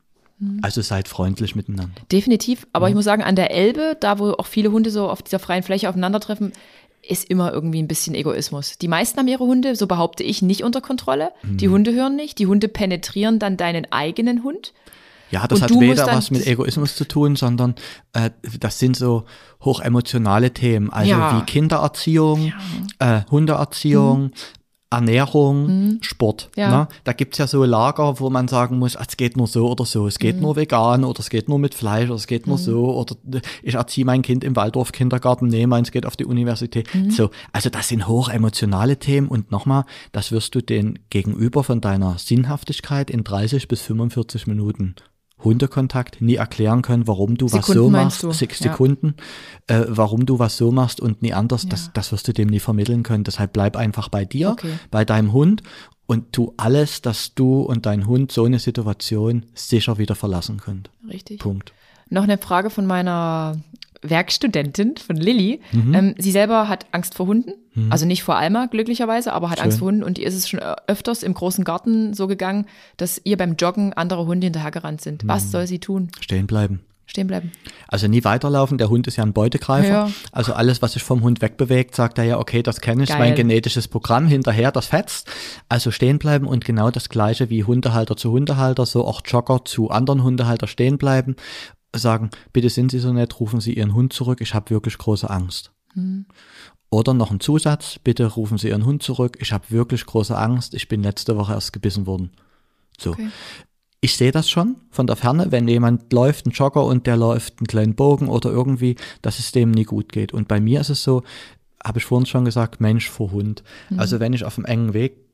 Also seid freundlich miteinander. Definitiv, aber ja. ich muss sagen, an der Elbe, da wo auch viele Hunde so auf dieser freien Fläche aufeinandertreffen, ist immer irgendwie ein bisschen Egoismus. Die meisten haben ihre Hunde, so behaupte ich, nicht unter Kontrolle. Mhm. Die Hunde hören nicht, die Hunde penetrieren dann deinen eigenen Hund. Ja, das hat weder was mit Egoismus zu tun, sondern äh, das sind so hochemotionale Themen, also ja. wie Kindererziehung, ja. äh, Hundeerziehung, mhm. Ernährung, mhm. Sport. Ja. Ne? Da gibt's ja so Lager, wo man sagen muss, es geht nur so oder so, es geht mhm. nur vegan oder es geht nur mit Fleisch oder es geht nur mhm. so oder ich erziehe mein Kind im Waldorf-Kindergarten, nee, meins geht auf die Universität. Mhm. So, also das sind hochemotionale Themen und nochmal, das wirst du den Gegenüber von deiner Sinnhaftigkeit in dreißig bis fünfundvierzig Minuten Hundekontakt nie erklären können, warum du Sekunden was so machst, du? sechs ja. Sekunden, äh, warum du was so machst und nie anders, ja. das, das wirst du dem nie vermitteln können. Deshalb bleib einfach bei dir, okay. bei deinem Hund und tu alles, dass du und dein Hund so eine Situation sicher wieder verlassen könnt. Richtig. Punkt. Noch eine Frage von meiner Werkstudentin, von Lilly. Mhm. Ähm, sie selber hat Angst vor Hunden, mhm. also nicht vor Alma glücklicherweise, aber hat Schön. Angst vor Hunden und ihr ist es schon öfters im großen Garten so gegangen, dass ihr beim Joggen andere Hunde hinterhergerannt sind. Mhm. Was soll sie tun? Stehen bleiben. Stehen bleiben. Also nie weiterlaufen, der Hund ist ja ein Beutegreifer. Ja. Also alles, was sich vom Hund wegbewegt, sagt er ja, okay, das kenne ich, Geil. Mein genetisches Programm, hinterher, das fetzt. Also stehen bleiben und genau das Gleiche wie Hundehalter zu Hundehalter, so auch Jogger zu anderen Hundehalter stehen bleiben. Sagen, bitte sind Sie so nett, rufen Sie Ihren Hund zurück, ich habe wirklich große Angst. Mhm. Oder noch ein Zusatz, bitte rufen Sie Ihren Hund zurück, ich habe wirklich große Angst, ich bin letzte Woche erst gebissen worden. So. Okay. Ich sehe das schon von der Ferne, wenn jemand läuft, ein Jogger und der läuft einen kleinen Bogen oder irgendwie, dass es dem nie gut geht. Und bei mir ist es so, habe ich vorhin schon gesagt, Mensch vor Hund. Mhm. Also wenn ich auf einem engen Weg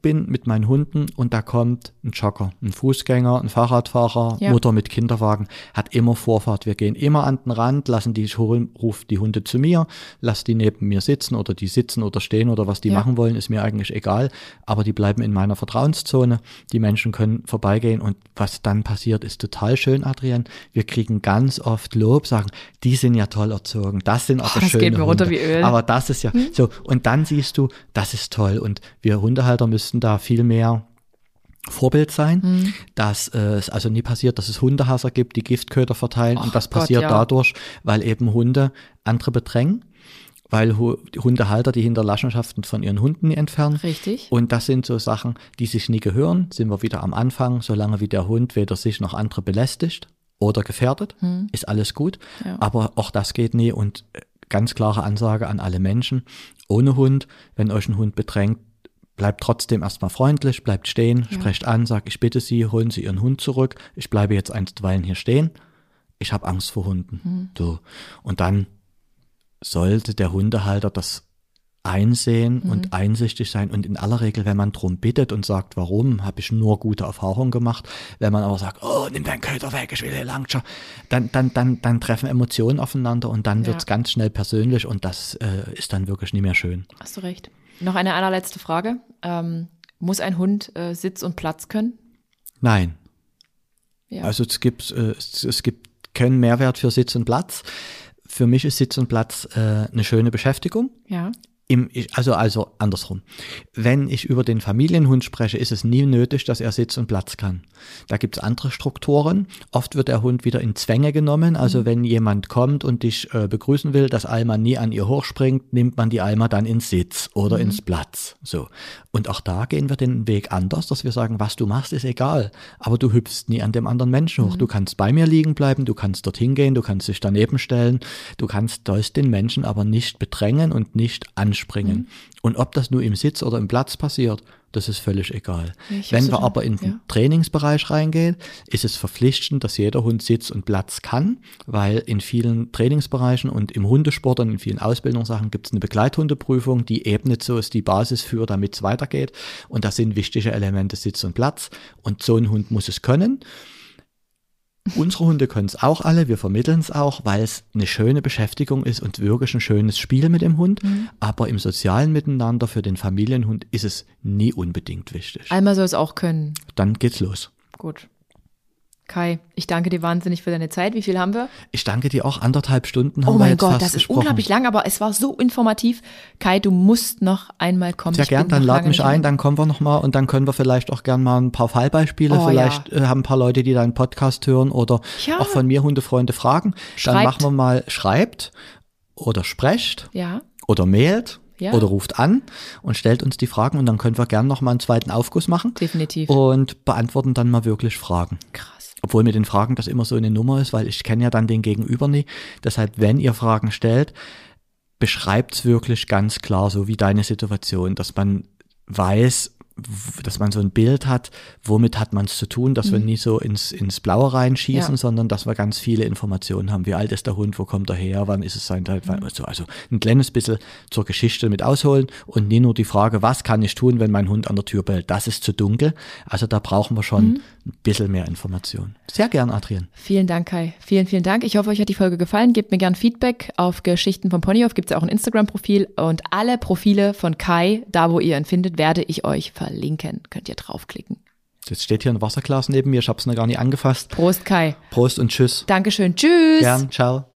bin mit meinen Hunden und da kommt ein Jogger, ein Fußgänger, ein Fahrradfahrer, Ja. Mutter mit Kinderwagen, hat immer Vorfahrt. Wir gehen immer an den Rand, lassen die holen, ruft die Hunde zu mir, lass die neben mir sitzen oder die sitzen oder stehen oder was die Ja. machen wollen, ist mir eigentlich egal, aber die bleiben in meiner Vertrauenszone. Die Menschen können vorbeigehen und was dann passiert, ist total schön, Adrian. Wir kriegen ganz oft Lob, sagen, die sind ja toll erzogen, das sind aber Oh, das schöne geht mir runter Hunde. wie Öl. Aber das ist ja so. Und dann siehst du, das ist toll. Und wir Hundehalter müssten da viel mehr Vorbild sein, Mhm. dass äh, es also nie passiert, dass es Hundehasser gibt, die Giftköder verteilen. Och und das Gott, passiert ja. dadurch, weil eben Hunde andere bedrängen, weil Hu- die Hundehalter die Hinterlassenschaften von ihren Hunden nie entfernen. Richtig. Und das sind so Sachen, die sich nie gehören. Sind wir wieder am Anfang, solange wie der Hund weder sich noch andere belästigt oder gefährdet, Hm. ist alles gut. Ja. Aber auch das geht nie. Und äh, ganz klare Ansage an alle Menschen, ohne Hund, wenn euch ein Hund bedrängt, bleibt trotzdem erstmal freundlich, bleibt stehen, Ja. sprecht an, sagt, ich bitte Sie, holen Sie Ihren Hund zurück. Ich bleibe jetzt einstweilen hier stehen. Ich habe Angst vor Hunden. Hm. So. Und dann sollte der Hundehalter das einsehen Mhm. und einsichtig sein. Und in aller Regel, wenn man drum bittet und sagt, warum, habe ich nur gute Erfahrungen gemacht. Wenn man aber sagt, oh, nimm deinen Köder weg, ich will hier lang schon, dann, dann, dann, dann treffen Emotionen aufeinander und dann Ja. wird's ganz schnell persönlich und das äh, ist dann wirklich nicht mehr schön. Hast du recht. Noch eine allerletzte Frage. Ähm, muss ein Hund äh, Sitz und Platz können? Nein. Ja. Also es gibt, äh, es, es gibt keinen Mehrwert für Sitz und Platz. Für mich ist Sitz und Platz äh, eine schöne Beschäftigung. Ja. Im, ich- also, also andersrum. Wenn ich über den Familienhund spreche, ist es nie nötig, dass er Sitz und Platz kann. Da gibt es andere Strukturen. Oft wird der Hund wieder in Zwänge genommen. Also wenn jemand kommt und dich äh, begrüßen will, dass Alma nie an ihr hochspringt, nimmt man die Alma dann ins Sitz oder ins Platz. So. Und auch da gehen wir den Weg anders, dass wir sagen, was du machst, ist egal. Aber du hüpfst nie an dem anderen Menschen hoch. Du kannst bei mir liegen bleiben, du kannst dorthin gehen, du kannst dich daneben stellen. Du kannst sollst den Menschen aber nicht bedrängen und nicht anspringen. Und ob das nur im Sitz oder im Platz passiert, das ist völlig egal. Ich Wenn wusste wir schon, aber in den ja. Trainingsbereich reingehen, ist es verpflichtend, dass jeder Hund Sitz und Platz kann, weil in vielen Trainingsbereichen und im Hundesport und in vielen Ausbildungssachen gibt es eine Begleithundeprüfung, die ebnet so ist die Basis für, damit es weitergeht. Und das sind wichtige Elemente Sitz und Platz. Und so ein Hund muss es können. Unsere Hunde können es auch alle, wir vermitteln es auch, weil es eine schöne Beschäftigung ist und wirklich ein schönes Spiel mit dem Hund. Aber im sozialen Miteinander für den Familienhund ist es nie unbedingt wichtig. Alma soll es auch können. Dann geht's los. Gut. Kai, ich danke dir wahnsinnig für deine Zeit. Wie viel haben wir? Ich danke dir auch, anderthalb Stunden haben Oh wir mein jetzt Gott, fast das ist gesprochen. unglaublich lang, aber es war so informativ. Kai, du musst noch einmal kommen. Sehr Ich gern, bin dann noch lad lange mich nicht ein, mehr- dann kommen wir nochmal und dann können wir vielleicht auch gern mal ein paar Fallbeispiele, Oh, vielleicht äh, haben ein paar Leute, die deinen Podcast hören oder Ja. auch von mir Hundefreunde fragen. Dann Schreibt. machen wir mal, schreibt oder sprecht Ja, oder mailt Ja. oder ruft an und stellt uns die Fragen und dann können wir gern nochmal einen zweiten Aufguss machen definitiv. und beantworten dann mal wirklich Fragen. Krass. Obwohl mit den Fragen das immer so eine Nummer ist, weil ich kenne ja dann den Gegenüber nie. Deshalb, wenn ihr Fragen stellt, beschreibt's wirklich ganz klar, so wie deine Situation, dass man weiß, w- dass man so ein Bild hat, womit hat man es zu tun, dass wir nie so ins, ins Blaue reinschießen, Ja. sondern dass wir ganz viele Informationen haben. Wie alt ist der Hund, wo kommt er her, wann ist es sein Zeit, wann, also, also ein kleines bisschen zur Geschichte mit ausholen und nie nur die Frage, was kann ich tun, wenn mein Hund an der Tür bellt, das ist zu dunkel. Also da brauchen wir schon ein bisschen mehr Informationen. Sehr gern, Adrian. Vielen Dank, Kai. Vielen, vielen Dank. Ich hoffe, euch hat die Folge gefallen. Gebt mir gern Feedback auf Geschichten vom Ponyhof. Gibt es ja auch ein Instagram-Profil. Und alle Profile von Kai, da wo ihr ihn findet, werde ich euch verlinken. Könnt ihr draufklicken. Jetzt steht hier ein Wasserglas neben mir, ich habe es noch gar nicht angefasst. Prost, Kai. Prost und tschüss. Dankeschön. Tschüss. Gern, ciao.